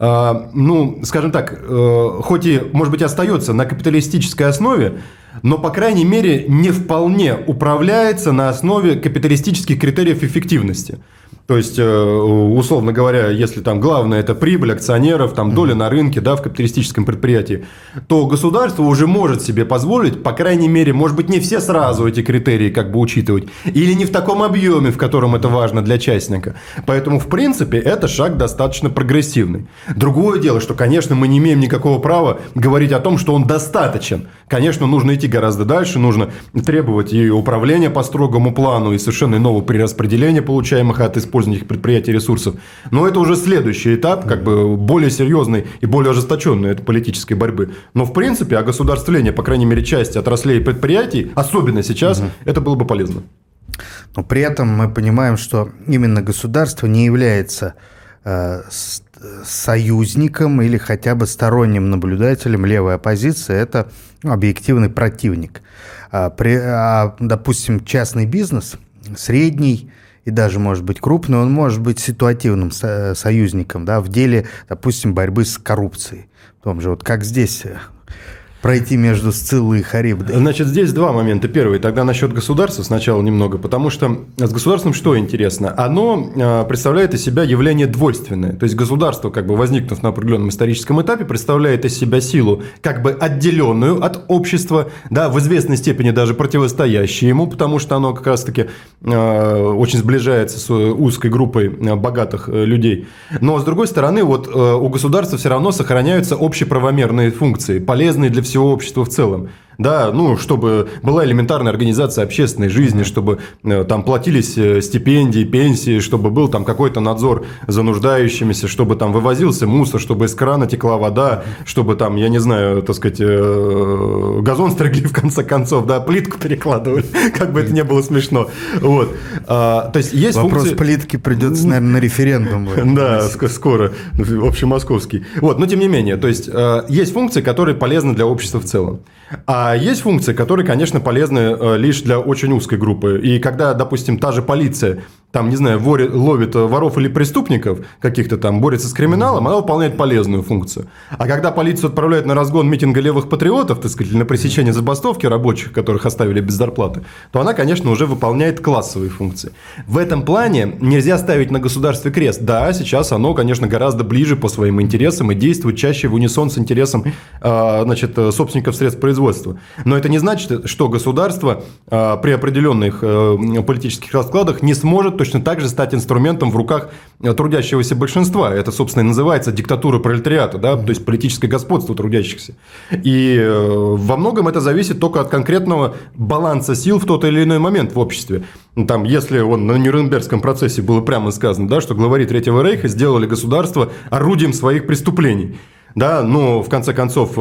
ну, скажем так, хоть и, может быть, остается на капиталистической основе, но, по крайней мере, не вполне управляется на основе капиталистических критериев эффективности. То есть, условно говоря, если там главное это прибыль акционеров, там доля на рынке, да, в капиталистическом предприятии, то государство уже может себе позволить, по крайней мере, может быть, не все сразу эти критерии как бы учитывать, или не в таком объеме, в котором это важно для частника. Поэтому, в принципе, это шаг достаточно прогрессивный. Другое дело, что, конечно, мы не имеем никакого права говорить о том, что он достаточен. Конечно, нужно идти гораздо дальше, нужно требовать и управления по строгому плану, и совершенно нового перераспределения получаемых от использования их предприятий ресурсов. Но это уже следующий этап, как бы более серьезный и более ожесточенной этой политической борьбы. Но в принципе огосударствление, по крайней мере, части отраслей и предприятий, особенно сейчас, угу. это было бы полезно. Но при этом мы понимаем, что именно государство не является э, с, союзником или хотя бы сторонним наблюдателем левой оппозиции. Это ну, объективный противник. А, при, а, допустим, частный бизнес, средний и даже, может быть, крупный, он может быть ситуативным со, союзником, да, в деле, допустим, борьбы с коррупцией. В том же, вот как здесь пройти между Сциллой и Харибдой? Значит, здесь два момента. Первый, тогда насчет государства сначала немного, потому что с государством что интересно? Оно представляет из себя явление двойственное. То есть государство, как бы возникнув на определенном историческом этапе, представляет из себя силу как бы отделенную от общества, да, в известной степени даже противостоящую ему, потому что оно как раз-таки очень сближается с узкой группой богатых людей. Но с другой стороны, вот у государства все равно сохраняются общеправомерные функции, полезные для всего общества в целом. Да, ну, чтобы была элементарная организация общественной жизни, чтобы э, там платились стипендии, пенсии, чтобы был там какой-то надзор за нуждающимися, чтобы там вывозился мусор, чтобы из крана текла вода, чтобы там, я не знаю, так сказать, э, газон стригли в конце концов, да, плитку перекладывали, как бы это ни было смешно. Вот. А, то есть есть Вопрос функции... плитки придется, наверное, на референдум. Да, скоро, общемосковский. Вот, но тем не менее, то есть есть функции, которые полезны для общества в целом. А есть функции, которые, конечно, полезны лишь для очень узкой группы. И когда, допустим, та же полиция, там, не знаю, ворит, ловит воров или преступников каких-то там, борется с криминалом, она выполняет полезную функцию. А когда полицию отправляют на разгон митинга левых патриотов, так сказать, или на пресечение забастовки рабочих, которых оставили без зарплаты, то она, конечно, уже выполняет классовые функции. В этом плане нельзя ставить на государстве крест. Да, сейчас оно, конечно, гораздо ближе по своим интересам и действует чаще в унисон с интересом, значит, собственников средств производства. Но это не значит, что государство при определенных политических раскладах не сможет точно так же стать инструментом в руках трудящегося большинства. Это, собственно, и называется диктатура пролетариата, да? То есть политическое господство трудящихся. И во многом это зависит только от конкретного баланса сил в тот или иной момент в обществе. Там, если он на Нюрнбергском процессе было прямо сказано, да, что главари Третьего Рейха сделали государство орудием своих преступлений. Да, но в конце концов,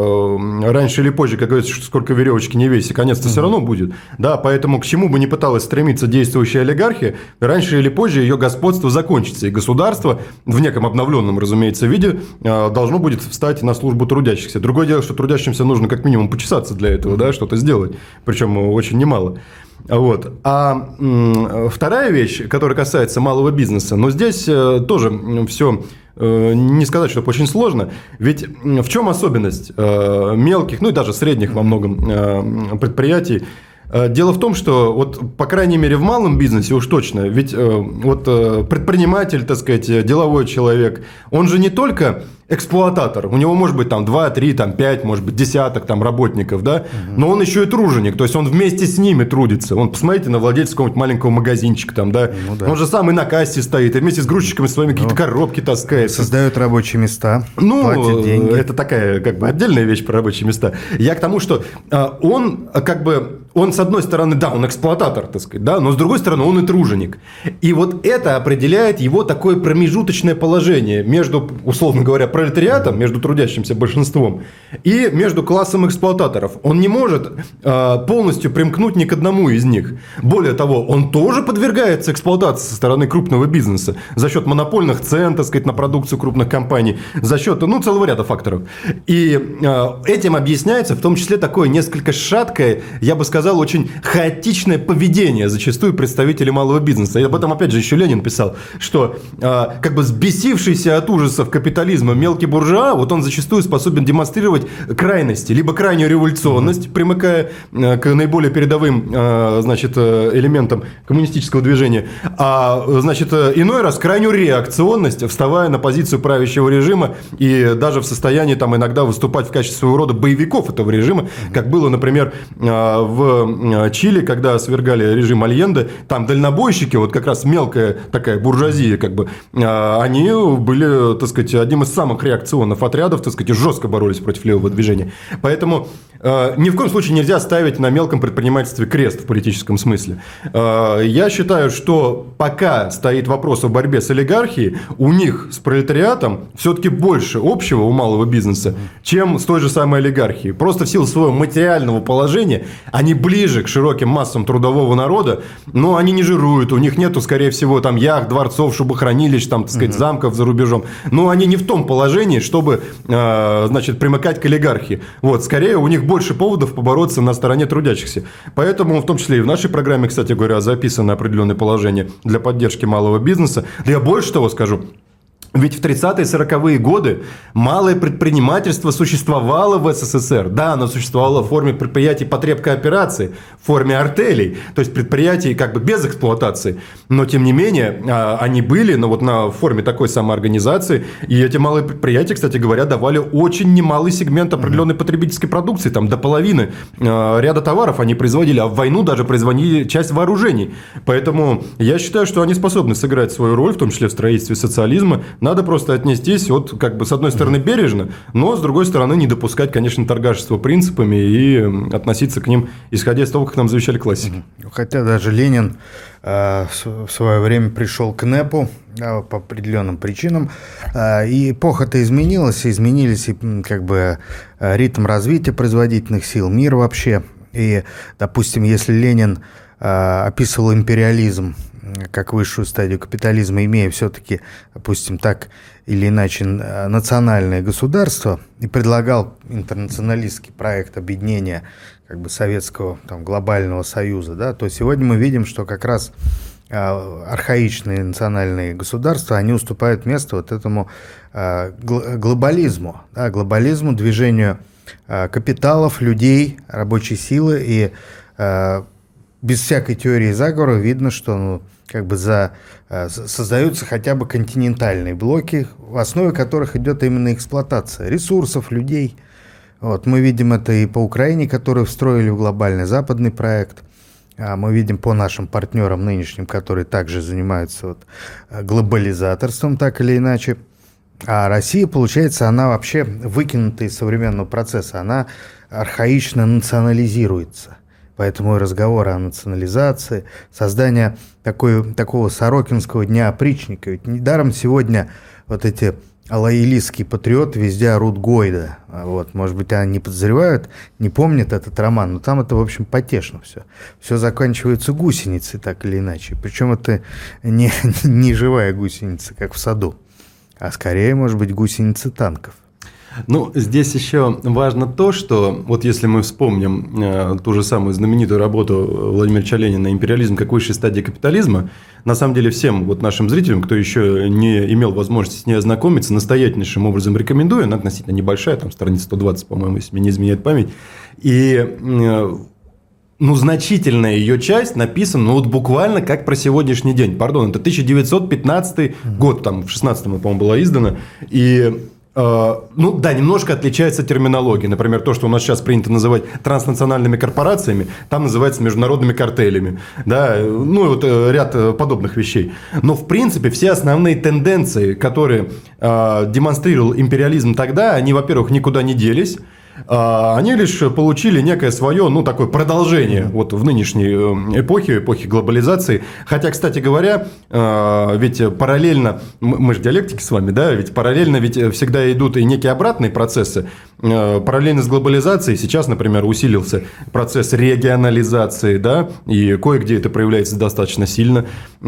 раньше или позже, как говорится, что сколько веревочки не веси, конец-то все равно будет. Да, поэтому к чему бы ни пыталась стремиться действующая олигархия, раньше или позже ее господство закончится, и государство в неком обновленном, разумеется, виде должно будет встать на службу трудящихся. Другое дело, что трудящимся нужно как минимум почесаться для этого, да, что-то сделать, причем очень немало. Вот. А м, вторая вещь, которая касается малого бизнеса, но здесь э, тоже все э, не сказать, что очень сложно. Ведь в чем особенность э, мелких, ну и даже средних во многом э, предприятий? Дело в том, что, вот, по крайней мере, в малом бизнесе уж точно, ведь вот, предприниматель, так сказать, деловой человек, он же не только эксплуататор, у него может быть там два, три, там, пять, может быть, десяток там, работников, да? Но он еще и труженик, то есть он вместе с ними трудится. Вон, посмотрите на владельца какого-нибудь маленького магазинчика, там, да? Ну, да. Он же сам и на кассе стоит, и вместе с грузчиками своими какие-то коробки таскает. Создает рабочие места, ну, платит деньги. Это такая как бы отдельная вещь про рабочие места. Я к тому, что он как бы, он с одной стороны, да, он эксплуататор, так сказать, да, но с другой стороны, он и труженик. И вот это определяет его такое промежуточное положение между, условно говоря, пролетариатом, между трудящимся большинством, и между классом эксплуататоров. Он не может э, полностью примкнуть ни к одному из них. Более того, он тоже подвергается эксплуатации со стороны крупного бизнеса за счет монопольных цен, так сказать, на продукцию крупных компаний, за счет, ну, целого ряда факторов. И э, этим объясняется в том числе такое несколько шаткое, я бы сказал, очень хаотичное поведение зачастую представителей малого бизнеса. И об этом, опять же, еще Ленин писал, что э, как бы сбесившийся от ужасов капитализма мелкий буржуа, вот он зачастую способен демонстрировать крайности, либо крайнюю революционность, примыкая э, к наиболее передовым э, значит, элементам коммунистического движения, а значит, иной раз крайнюю реакционность, вставая на позицию правящего режима и даже в состоянии там иногда выступать в качестве своего рода боевиков этого режима, как было, например, в Чили, когда свергали режим Альенде, там дальнобойщики, вот как раз мелкая такая буржуазия, как бы, они были, так сказать, одним из самых реакционных отрядов, так сказать, жестко боролись против левого движения. Поэтому ни в коем случае нельзя ставить на мелком предпринимательстве крест в политическом смысле. Я считаю, что пока стоит вопрос о борьбе с олигархией, у них с пролетариатом все-таки больше общего у малого бизнеса, чем с той же самой олигархией. Просто в силу своего материального положения они ближе к широким массам трудового народа, но они не жируют, у них нету, скорее всего, там яхт, дворцов, шубохранилищ, там, так сказать, замков за рубежом. Но они не в том положении, чтобы, значит, примыкать к олигархии. Вот, скорее, у них больше поводов побороться на стороне трудящихся. Поэтому, в том числе и в нашей программе, кстати говоря, записано определенное положение для поддержки малого бизнеса. Да я больше того скажу. Ведь в тридцатые сороковые годы малое предпринимательство существовало в СССР. Да, оно существовало в форме предприятий потребкооперации, в форме артелей, то есть предприятий как бы без эксплуатации. Но, тем не менее, они были, но вот на форме такой самоорганизации. И эти малые предприятия, кстати говоря, давали очень немалый сегмент определенной потребительской продукции. Там до половины ряда товаров они производили, а в войну даже производили часть вооружений. Поэтому я считаю, что они способны сыграть свою роль, в том числе в строительстве социализма. Надо просто отнестись, вот, как бы, с одной стороны, бережно, но, с другой стороны, не допускать, конечно, торгашества принципами и относиться к ним, исходя из того, как нам завещали классики. Хотя даже Ленин э, в свое время пришел к НЭПу э, по определенным причинам, э, и эпоха-то изменилась, изменились и, как бы, ритм развития производительных сил, мир вообще. И, допустим, если Ленин э, описывал империализм как высшую стадию капитализма, имея все-таки, допустим, так или иначе национальное государство, и предлагал интернационалистский проект объединения как бы советского там, глобального союза, да, то сегодня мы видим, что как раз архаичные национальные государства, они уступают место вот этому глобализму, да, глобализму, движению капиталов, людей, рабочей силы, и без всякой теории заговора видно, что ну, как бы за, создаются хотя бы континентальные блоки, в основе которых идет именно эксплуатация ресурсов, людей. Вот, мы видим это и по Украине, которую встроили в глобальный западный проект. Мы видим по нашим партнерам нынешним, которые также занимаются вот, глобализаторством, так или иначе. А Россия, получается, она вообще выкинута из современного процесса, она архаично национализируется. Поэтому и разговоры о национализации, создание такой, такого Сорокинского дня опричника. Ведь недаром сегодня вот эти лоялистские патриоты везде орут Гойда. Вот, может быть, они не подозревают, не помнят этот роман, но там это, в общем, потешно все. Все заканчивается гусеницей, так или иначе. Причем это не, не живая гусеница, как в саду, а скорее, может быть, гусеница танков. Ну, здесь еще важно то, что вот если мы вспомним э, ту же самую знаменитую работу Владимира Ильича Ленина «Империализм как высшая стадия капитализма», на самом деле всем вот нашим зрителям, кто еще не имел возможности с ней ознакомиться, настоятельнейшим образом рекомендую. Она относительно небольшая, там страница сто двадцать, по-моему, если мне не изменяет память. И э, ну, значительная ее часть написана ну, вот буквально как про сегодняшний день. Пардон, это тысяча девятьсот пятнадцатый год, там в шестнадцатом, по-моему, была издана. И ну да, немножко отличается терминология. Например, то, что у нас сейчас принято называть транснациональными корпорациями, там называется международными картелями. Да? Ну и вот ряд подобных вещей. Но в принципе все основные тенденции, которые э, демонстрировал империализм тогда, они, во-первых, никуда не делись. Они лишь получили некое свое, ну, такое продолжение вот в нынешней эпохе, эпохе глобализации. Хотя, кстати говоря, ведь параллельно, мы же диалектики с вами, да, ведь параллельно ведь всегда идут и некие обратные процессы. Параллельно с глобализацией сейчас, например, усилился процесс регионализации, да, и кое-где это проявляется достаточно сильно.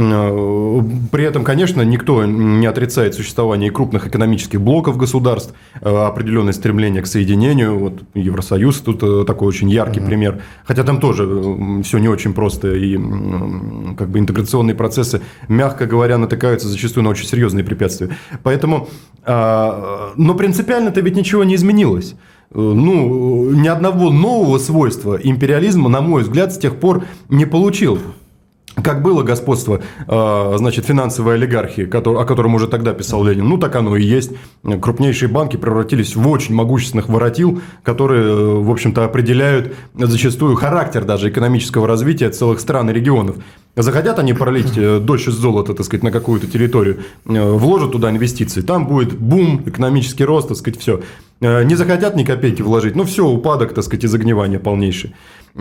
При этом, конечно, никто не отрицает существование и крупных экономических блоков государств, определенное стремление к соединению. Вот Евросоюз тут такой очень яркий uh-huh. пример. Хотя там тоже все не очень просто, и как бы интеграционные процессы, мягко говоря, натыкаются зачастую на очень серьезные препятствия. Поэтому, но принципиально-то ведь ничего не изменилось. Ну, ни одного нового свойства империализма, на мой взгляд, с тех пор не получил. Как было господство, значит, финансовой олигархии, о котором уже тогда писал Ленин, ну, так оно и есть. Крупнейшие банки превратились в очень могущественных воротил, которые, в общем-то, определяют зачастую характер даже экономического развития целых стран и регионов. Захотят они пролить дождь из золота, так сказать, на какую-то территорию, вложат туда инвестиции, там будет бум, экономический рост, так сказать, все. Не захотят ни копейки вложить, ну все, упадок, так сказать, и загнивание полнейшее.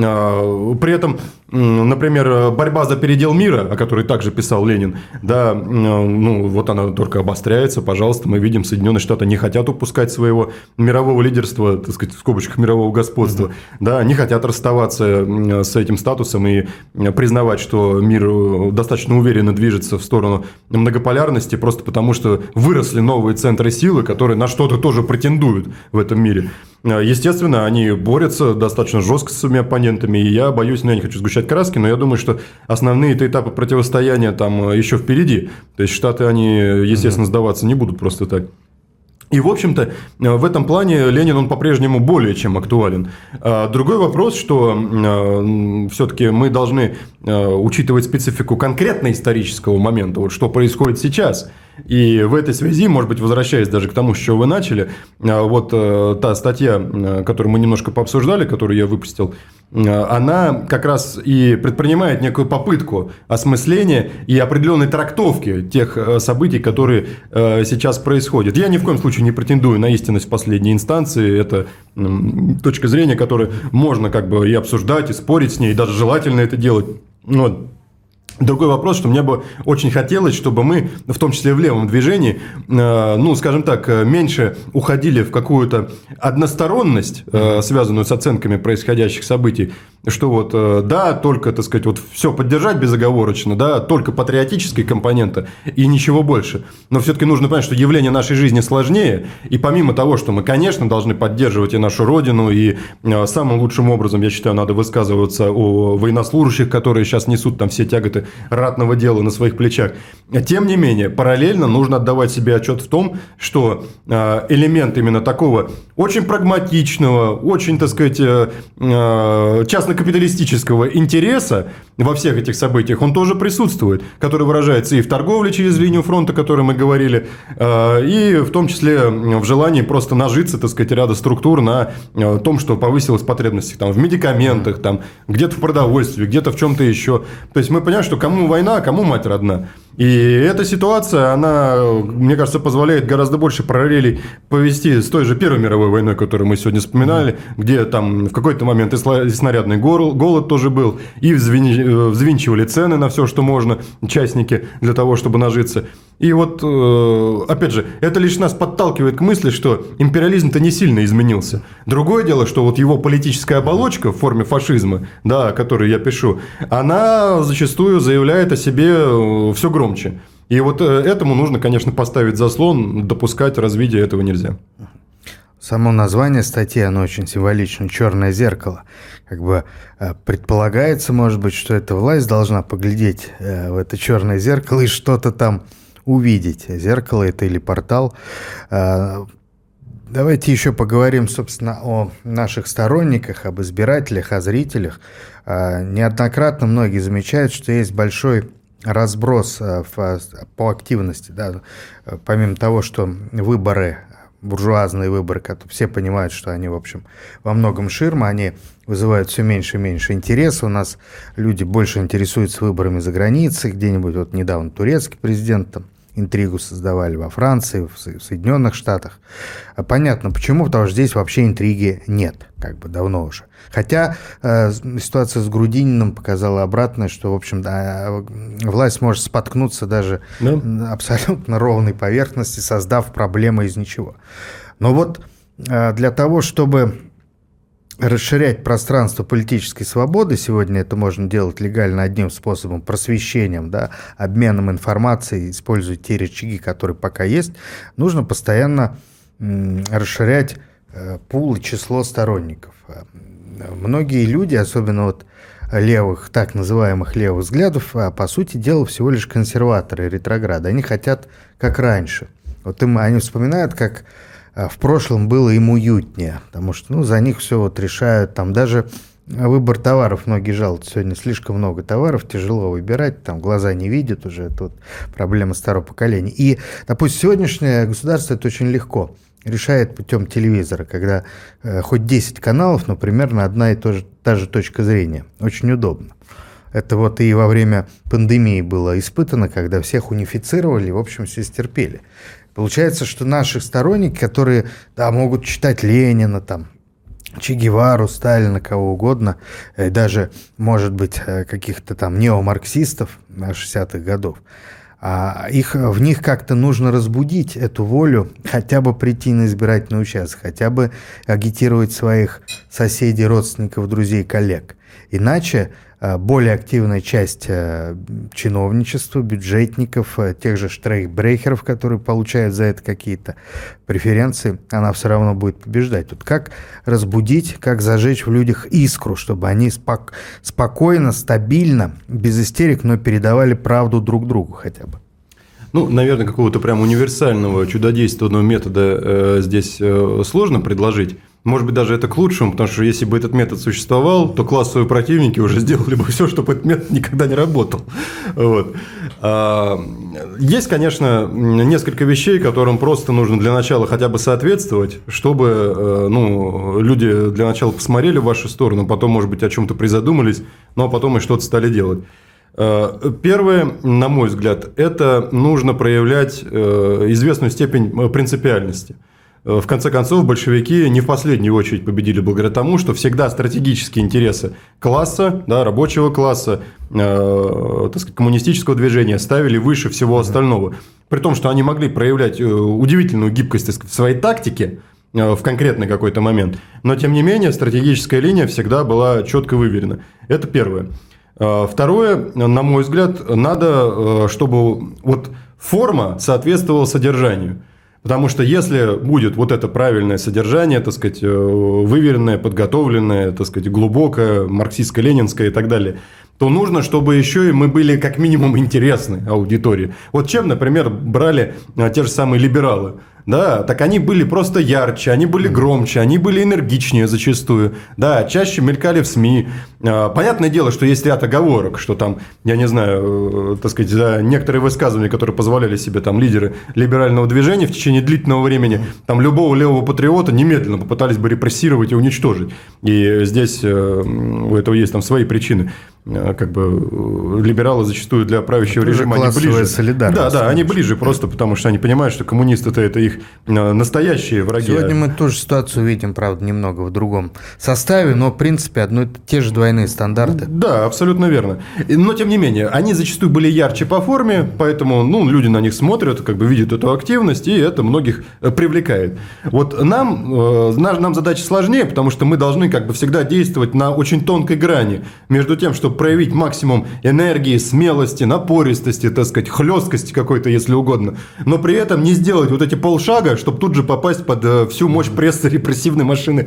При этом, например, борьба за передел мира, о которой также писал Ленин, да, ну вот она только обостряется, пожалуйста, мы видим, Соединенные Штаты не хотят упускать своего мирового лидерства, так сказать, в скобочках мирового господства, mm-hmm. да, не хотят расставаться с этим статусом и признавать, что мир достаточно уверенно движется в сторону многополярности, просто потому что выросли новые центры силы, которые на что-то тоже претендуют в этом мире. Естественно, они борются достаточно жестко с своими оппонентами, и я боюсь, ну, я не хочу сгущать краски, но я думаю, что основные этапы противостояния там еще впереди. То есть Штаты, они, естественно, сдаваться не будут просто так. И, в общем-то, в этом плане Ленин, он по-прежнему более чем актуален. Другой вопрос, что все-таки мы должны учитывать специфику конкретно исторического момента, вот что происходит сейчас. И в этой связи, может быть, возвращаясь даже к тому, с чего вы начали, вот та статья, которую мы немножко пообсуждали, которую я выпустил, она как раз и предпринимает некую попытку осмысления и определенной трактовки тех событий, которые сейчас происходят. Я ни в коем случае не претендую на истинность последней инстанции. Это точка зрения, которую можно как бы и обсуждать, и спорить с ней, и даже желательно это делать. Вот. Другой вопрос, что мне бы очень хотелось, чтобы мы, в том числе в левом движении, ну, скажем так, меньше уходили в какую-то односторонность, связанную с оценками происходящих событий, что вот, да, только, так сказать, вот все поддержать безоговорочно, да, только патриотические компоненты и ничего больше. Но все-таки нужно понять, что явление нашей жизни сложнее, и помимо того, что мы, конечно, должны поддерживать и нашу родину, и самым лучшим образом, я считаю, надо высказываться о военнослужащих, которые сейчас несут там все тяготы ратного дела на своих плечах. Тем не менее, параллельно нужно отдавать себе отчет в том, что элемент именно такого очень прагматичного, очень, так сказать, частно-капиталистического интереса во всех этих событиях, он тоже присутствует, который выражается и в торговле через линию фронта, о которой мы говорили, и в том числе в желании просто нажиться, так сказать, ряда структур на том, что повысилась потребность там, в медикаментах, там, где-то в продовольствии, где-то в чем-то еще. То есть мы понимаем, что кому война, а кому мать родна. И эта ситуация, она, мне кажется, позволяет гораздо больше параллелей повести с той же Первой мировой войной, которую мы сегодня вспоминали, где там в какой-то момент и снарядный голод тоже был, и взвинчивали цены на все, что можно, частники, для того, чтобы нажиться. И вот, опять же, это лишь нас подталкивает к мысли, что империализм-то не сильно изменился. Другое дело, что вот его политическая оболочка в форме фашизма, да, о которой я пишу, она зачастую заявляет о себе все громче. И вот этому нужно, конечно, поставить заслон, допускать развитие этого нельзя. Само название статьи, оно очень символично, «Черное зеркало». Как бы предполагается, может быть, что эта власть должна поглядеть в это черное зеркало и что-то там увидеть. Зеркало это или портал. Давайте еще поговорим, собственно, о наших сторонниках, об избирателях, о зрителях. Неоднократно многие замечают, что есть большой разброс в, по активности. Да? Помимо того, что выборы, буржуазные выборы, которые все понимают, что они, в общем, во многом ширма, они вызывают все меньше и меньше интереса. У нас люди больше интересуются выборами за границей, где-нибудь, вот недавно турецкий президент там интригу создавали во Франции, в Соединенных Штатах. Понятно, почему, потому что здесь вообще интриги нет, как бы давно уже. Хотя э, ситуация с Грудининым показала обратное, что, в общем, да, власть может споткнуться даже да. на абсолютно ровной поверхности, создав проблемы из ничего. Но вот э, для того, чтобы расширять пространство политической свободы, сегодня это можно делать легально одним способом, просвещением, да, обменом информацией, используя те рычаги, которые пока есть, нужно постоянно м, расширять э, пул и число сторонников. Многие люди, особенно вот левых, так называемых левых взглядов, а по сути дела всего лишь консерваторы, ретрограды. Они хотят как раньше. Вот им, они вспоминают, как в прошлом было им уютнее, потому что ну, за них все вот решают, там даже выбор товаров, многие жалуются, сегодня слишком много товаров, тяжело выбирать, там глаза не видят уже, это вот проблема старого поколения. И, допустим, сегодняшнее государство это очень легко решает путем телевизора, когда э, хоть десять каналов, но примерно одна и та же, та же точка зрения. Очень удобно. Это вот и во время пандемии было испытано, когда всех унифицировали, в общем, все стерпели. Получается, что наши сторонники, которые, да, могут читать Ленина, там, Че Гевару, Сталина, кого угодно, и даже, может быть, каких-то там неомарксистов шестидесятых годов, а их, в них как-то нужно разбудить эту волю, хотя бы прийти на избирательный участок, хотя бы агитировать своих соседей, родственников, друзей, коллег. Иначе более активная часть чиновничества, бюджетников, тех же штрейхбрехеров, которые получают за это какие-то преференции, она все равно будет побеждать. Тут как разбудить, как зажечь в людях искру, чтобы они спок- спокойно, стабильно, без истерик, но передавали правду друг другу хотя бы. Ну, наверное, какого-то прям универсального, чудодейственного метода э, здесь э, сложно предложить. Может быть, даже это к лучшему, потому что если бы этот метод существовал, то классовые противники уже сделали бы все, чтобы этот метод никогда не работал. Вот. Есть, конечно, несколько вещей, которым просто нужно для начала хотя бы соответствовать, чтобы ну, люди для начала посмотрели в вашу сторону, потом, может быть, о чем-то призадумались, но потом и что-то стали делать. Первое, на мой взгляд, это нужно проявлять известную степень принципиальности. В конце концов, большевики не в последнюю очередь победили благодаря тому, что всегда стратегические интересы класса, да, рабочего класса, э, так сказать, коммунистического движения ставили выше всего остального. При том, что они могли проявлять удивительную гибкость, так сказать, в своей тактике в конкретный какой-то момент, но, тем не менее, стратегическая линия всегда была четко выверена. Это первое. Второе, на мой взгляд, надо, чтобы вот форма соответствовала содержанию. Потому что если будет вот это правильное содержание, так сказать, выверенное, подготовленное, так сказать, глубокое, марксистско-ленинское и так далее, то нужно, чтобы еще и мы были как минимум интересны аудитории. Вот чем, например, брали те же самые либералы. Да, так они были просто ярче, они были громче, они были энергичнее зачастую, да, чаще мелькали в СМИ. Понятное дело, что есть ряд оговорок, что там, я не знаю, так сказать, за некоторые высказывания, которые позволяли себе там лидеры либерального движения в течение длительного времени, там любого левого патриота немедленно попытались бы репрессировать и уничтожить. И здесь у этого есть там свои причины. Как бы либералы зачастую для правящего это режима они ближе. Солидарность. Да, да, они ближе просто потому, что они понимают, что коммунисты-то это их настоящие враги. Сегодня мы тоже ситуацию видим, правда, немного в другом составе, но в принципе одно те же двойные стандарты. Да, абсолютно верно. Но тем не менее, они зачастую были ярче по форме, поэтому ну, люди на них смотрят, как бы видят эту активность, и это многих привлекает. Вот нам, нам задача сложнее, потому что мы должны как бы всегда действовать на очень тонкой грани между тем, чтобы проявить максимум энергии, смелости, напористости, так сказать, хлесткости какой-то, если угодно, но при этом не сделать вот эти полшага, чтобы тут же попасть под всю мощь прессы репрессивной машины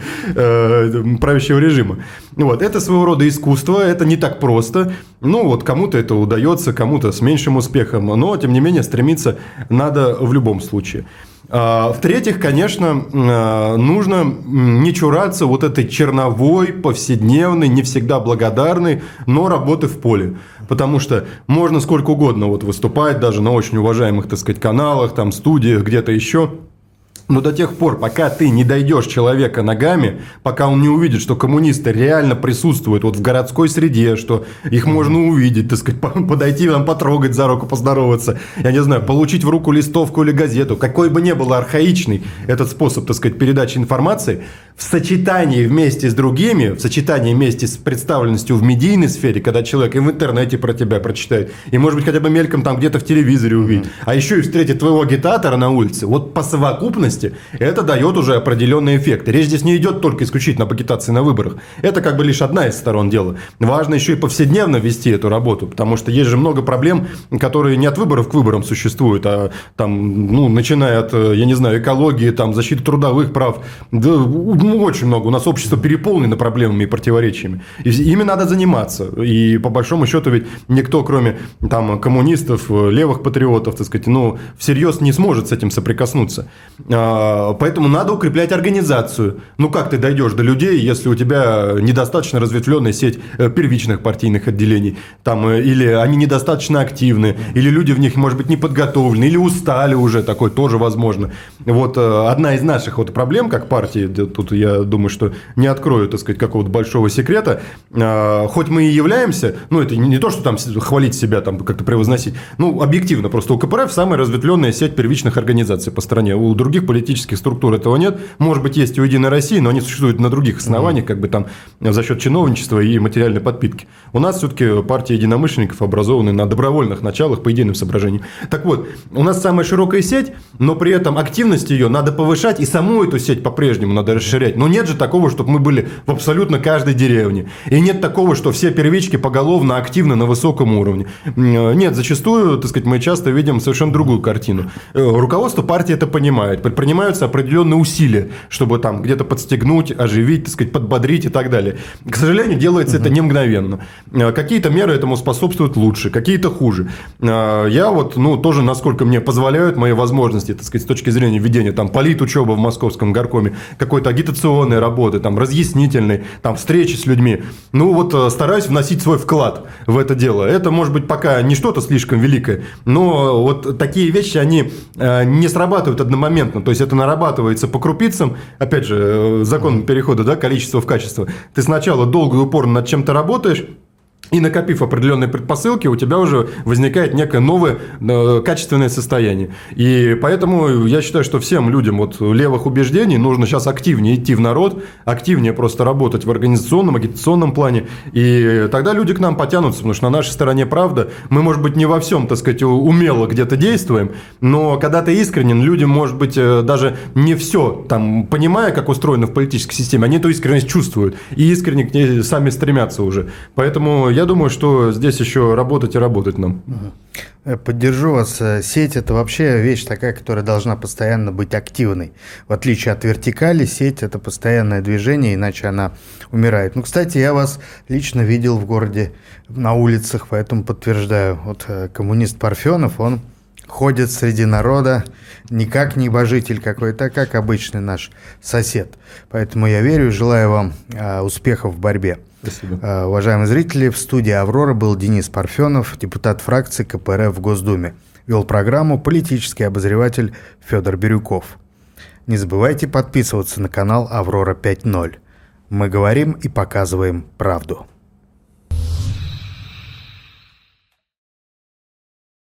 э, правящего режима. Вот. Это своего рода искусство, это не так просто. Ну, вот кому-то это удается, кому-то с меньшим успехом, но, тем не менее, стремиться надо в любом случае. В-третьих, конечно, нужно не чураться вот этой черновой, повседневной, не всегда благодарной, но работы в поле. Потому что можно сколько угодно вот выступать, даже на очень уважаемых, так сказать, каналах, там, студиях, где-то еще. Но до тех пор, пока ты не дойдешь человека ногами, пока он не увидит, что коммунисты реально присутствуют вот в городской среде, что их можно увидеть, так сказать, подойти, там, потрогать за руку, поздороваться, я не знаю, получить в руку листовку или газету, какой бы ни был архаичный этот способ, так сказать, передачи информации, в сочетании вместе с другими, в сочетании вместе с представленностью в медийной сфере, когда человек и в интернете про тебя прочитает, и, может быть, хотя бы мельком там где-то в телевизоре увидит, mm-hmm. а еще и встретит твоего агитатора на улице, вот по совокупности это дает уже определенные эффекты. Речь здесь не идет только исключительно об агитации на выборах. Это как бы лишь одна из сторон дела. Важно еще и повседневно вести эту работу, потому что есть же много проблем, которые не от выборов к выборам существуют, а там, ну, начиная от, я не знаю, экологии, там, защиты трудовых прав. Да, ну, очень много. У нас общество переполнено проблемами и противоречиями. И ими надо заниматься. И по большому счету ведь никто, кроме там коммунистов, левых патриотов, так сказать, ну, всерьез не сможет с этим соприкоснуться. Поэтому надо укреплять организацию. Ну, как ты дойдешь до людей, если у тебя недостаточно разветвленная сеть первичных партийных отделений, там, или они недостаточно активны, или люди в них, может быть, не подготовлены, или устали уже, такое тоже возможно. Вот одна из наших вот проблем, как партии, тут я думаю, что не открою, так сказать, какого-то большого секрета, хоть мы и являемся, ну, это не то, что там хвалить себя, там, как-то превозносить, ну, объективно, просто у КПРФ самая разветвленная сеть первичных организаций по стране, у других политических структур этого нет, может быть, есть у Единой России, но они существуют на других основаниях, как бы там за счет чиновничества и материальной подпитки. У нас все-таки партия единомышленников образованы на добровольных началах по идейным соображениям. Так вот, у нас самая широкая сеть, но при этом активность ее надо повышать, и саму эту сеть по-прежнему надо расширять. Но нет же такого, чтобы мы были в абсолютно каждой деревне. И нет такого, что все первички поголовно активны на высоком уровне. Нет, зачастую, так сказать, мы часто видим совершенно другую картину. Руководство партии это понимает. Предпринимаются определенные усилия, чтобы там где-то подстегнуть, оживить, так сказать, подбодрить и так далее. К сожалению, делается угу. это не мгновенно. Какие-то меры этому способствуют лучше, какие-то хуже. Я вот, ну, тоже, насколько мне позволяют мои возможности, так сказать, с точки зрения ведения там политучебы в московском горкоме, какой-то агитационной работы, там, разъяснительной, там, встречи с людьми. Ну, вот стараюсь вносить свой вклад в это дело. Это, может быть, пока не что-то слишком великое, но вот такие вещи, они не срабатывают одномоментно. То есть, это нарабатывается по крупицам. Опять же, закон перехода, да, количество в качество. Ты сначала долго и упорно над чем-то работаешь, и накопив определенные предпосылки, у тебя уже возникает некое новое э, качественное состояние. И поэтому я считаю, что всем людям вот левых убеждений нужно сейчас активнее идти в народ, активнее просто работать в организационном, агитационном плане. И тогда люди к нам потянутся, потому что на нашей стороне правда. Мы, может быть, не во всем, так сказать, умело где-то действуем, но когда ты искренен, люди, может быть, даже не все там, понимая, как устроено в политической системе, они эту искренность чувствуют и искренне к ней сами стремятся уже. Поэтому я думаю, что здесь еще работать и работать нам. Поддержу вас. Сеть – это вообще вещь такая, которая должна постоянно быть активной. В отличие от вертикали, сеть – это постоянное движение, иначе она умирает. Ну, кстати, я вас лично видел в городе на улицах, поэтому подтверждаю. Вот коммунист Парфенов, он ходит среди народа не как небожитель какой-то, а как обычный наш сосед. Поэтому я верю и желаю вам успехов в борьбе. Спасибо. Уважаемые зрители, в студии «Аврора» был Денис Парфенов, депутат фракции КПРФ в Госдуме. Вел программу политический обозреватель Федор Бирюков. Не забывайте подписываться на канал «Аврора пять ноль». Мы говорим и показываем правду.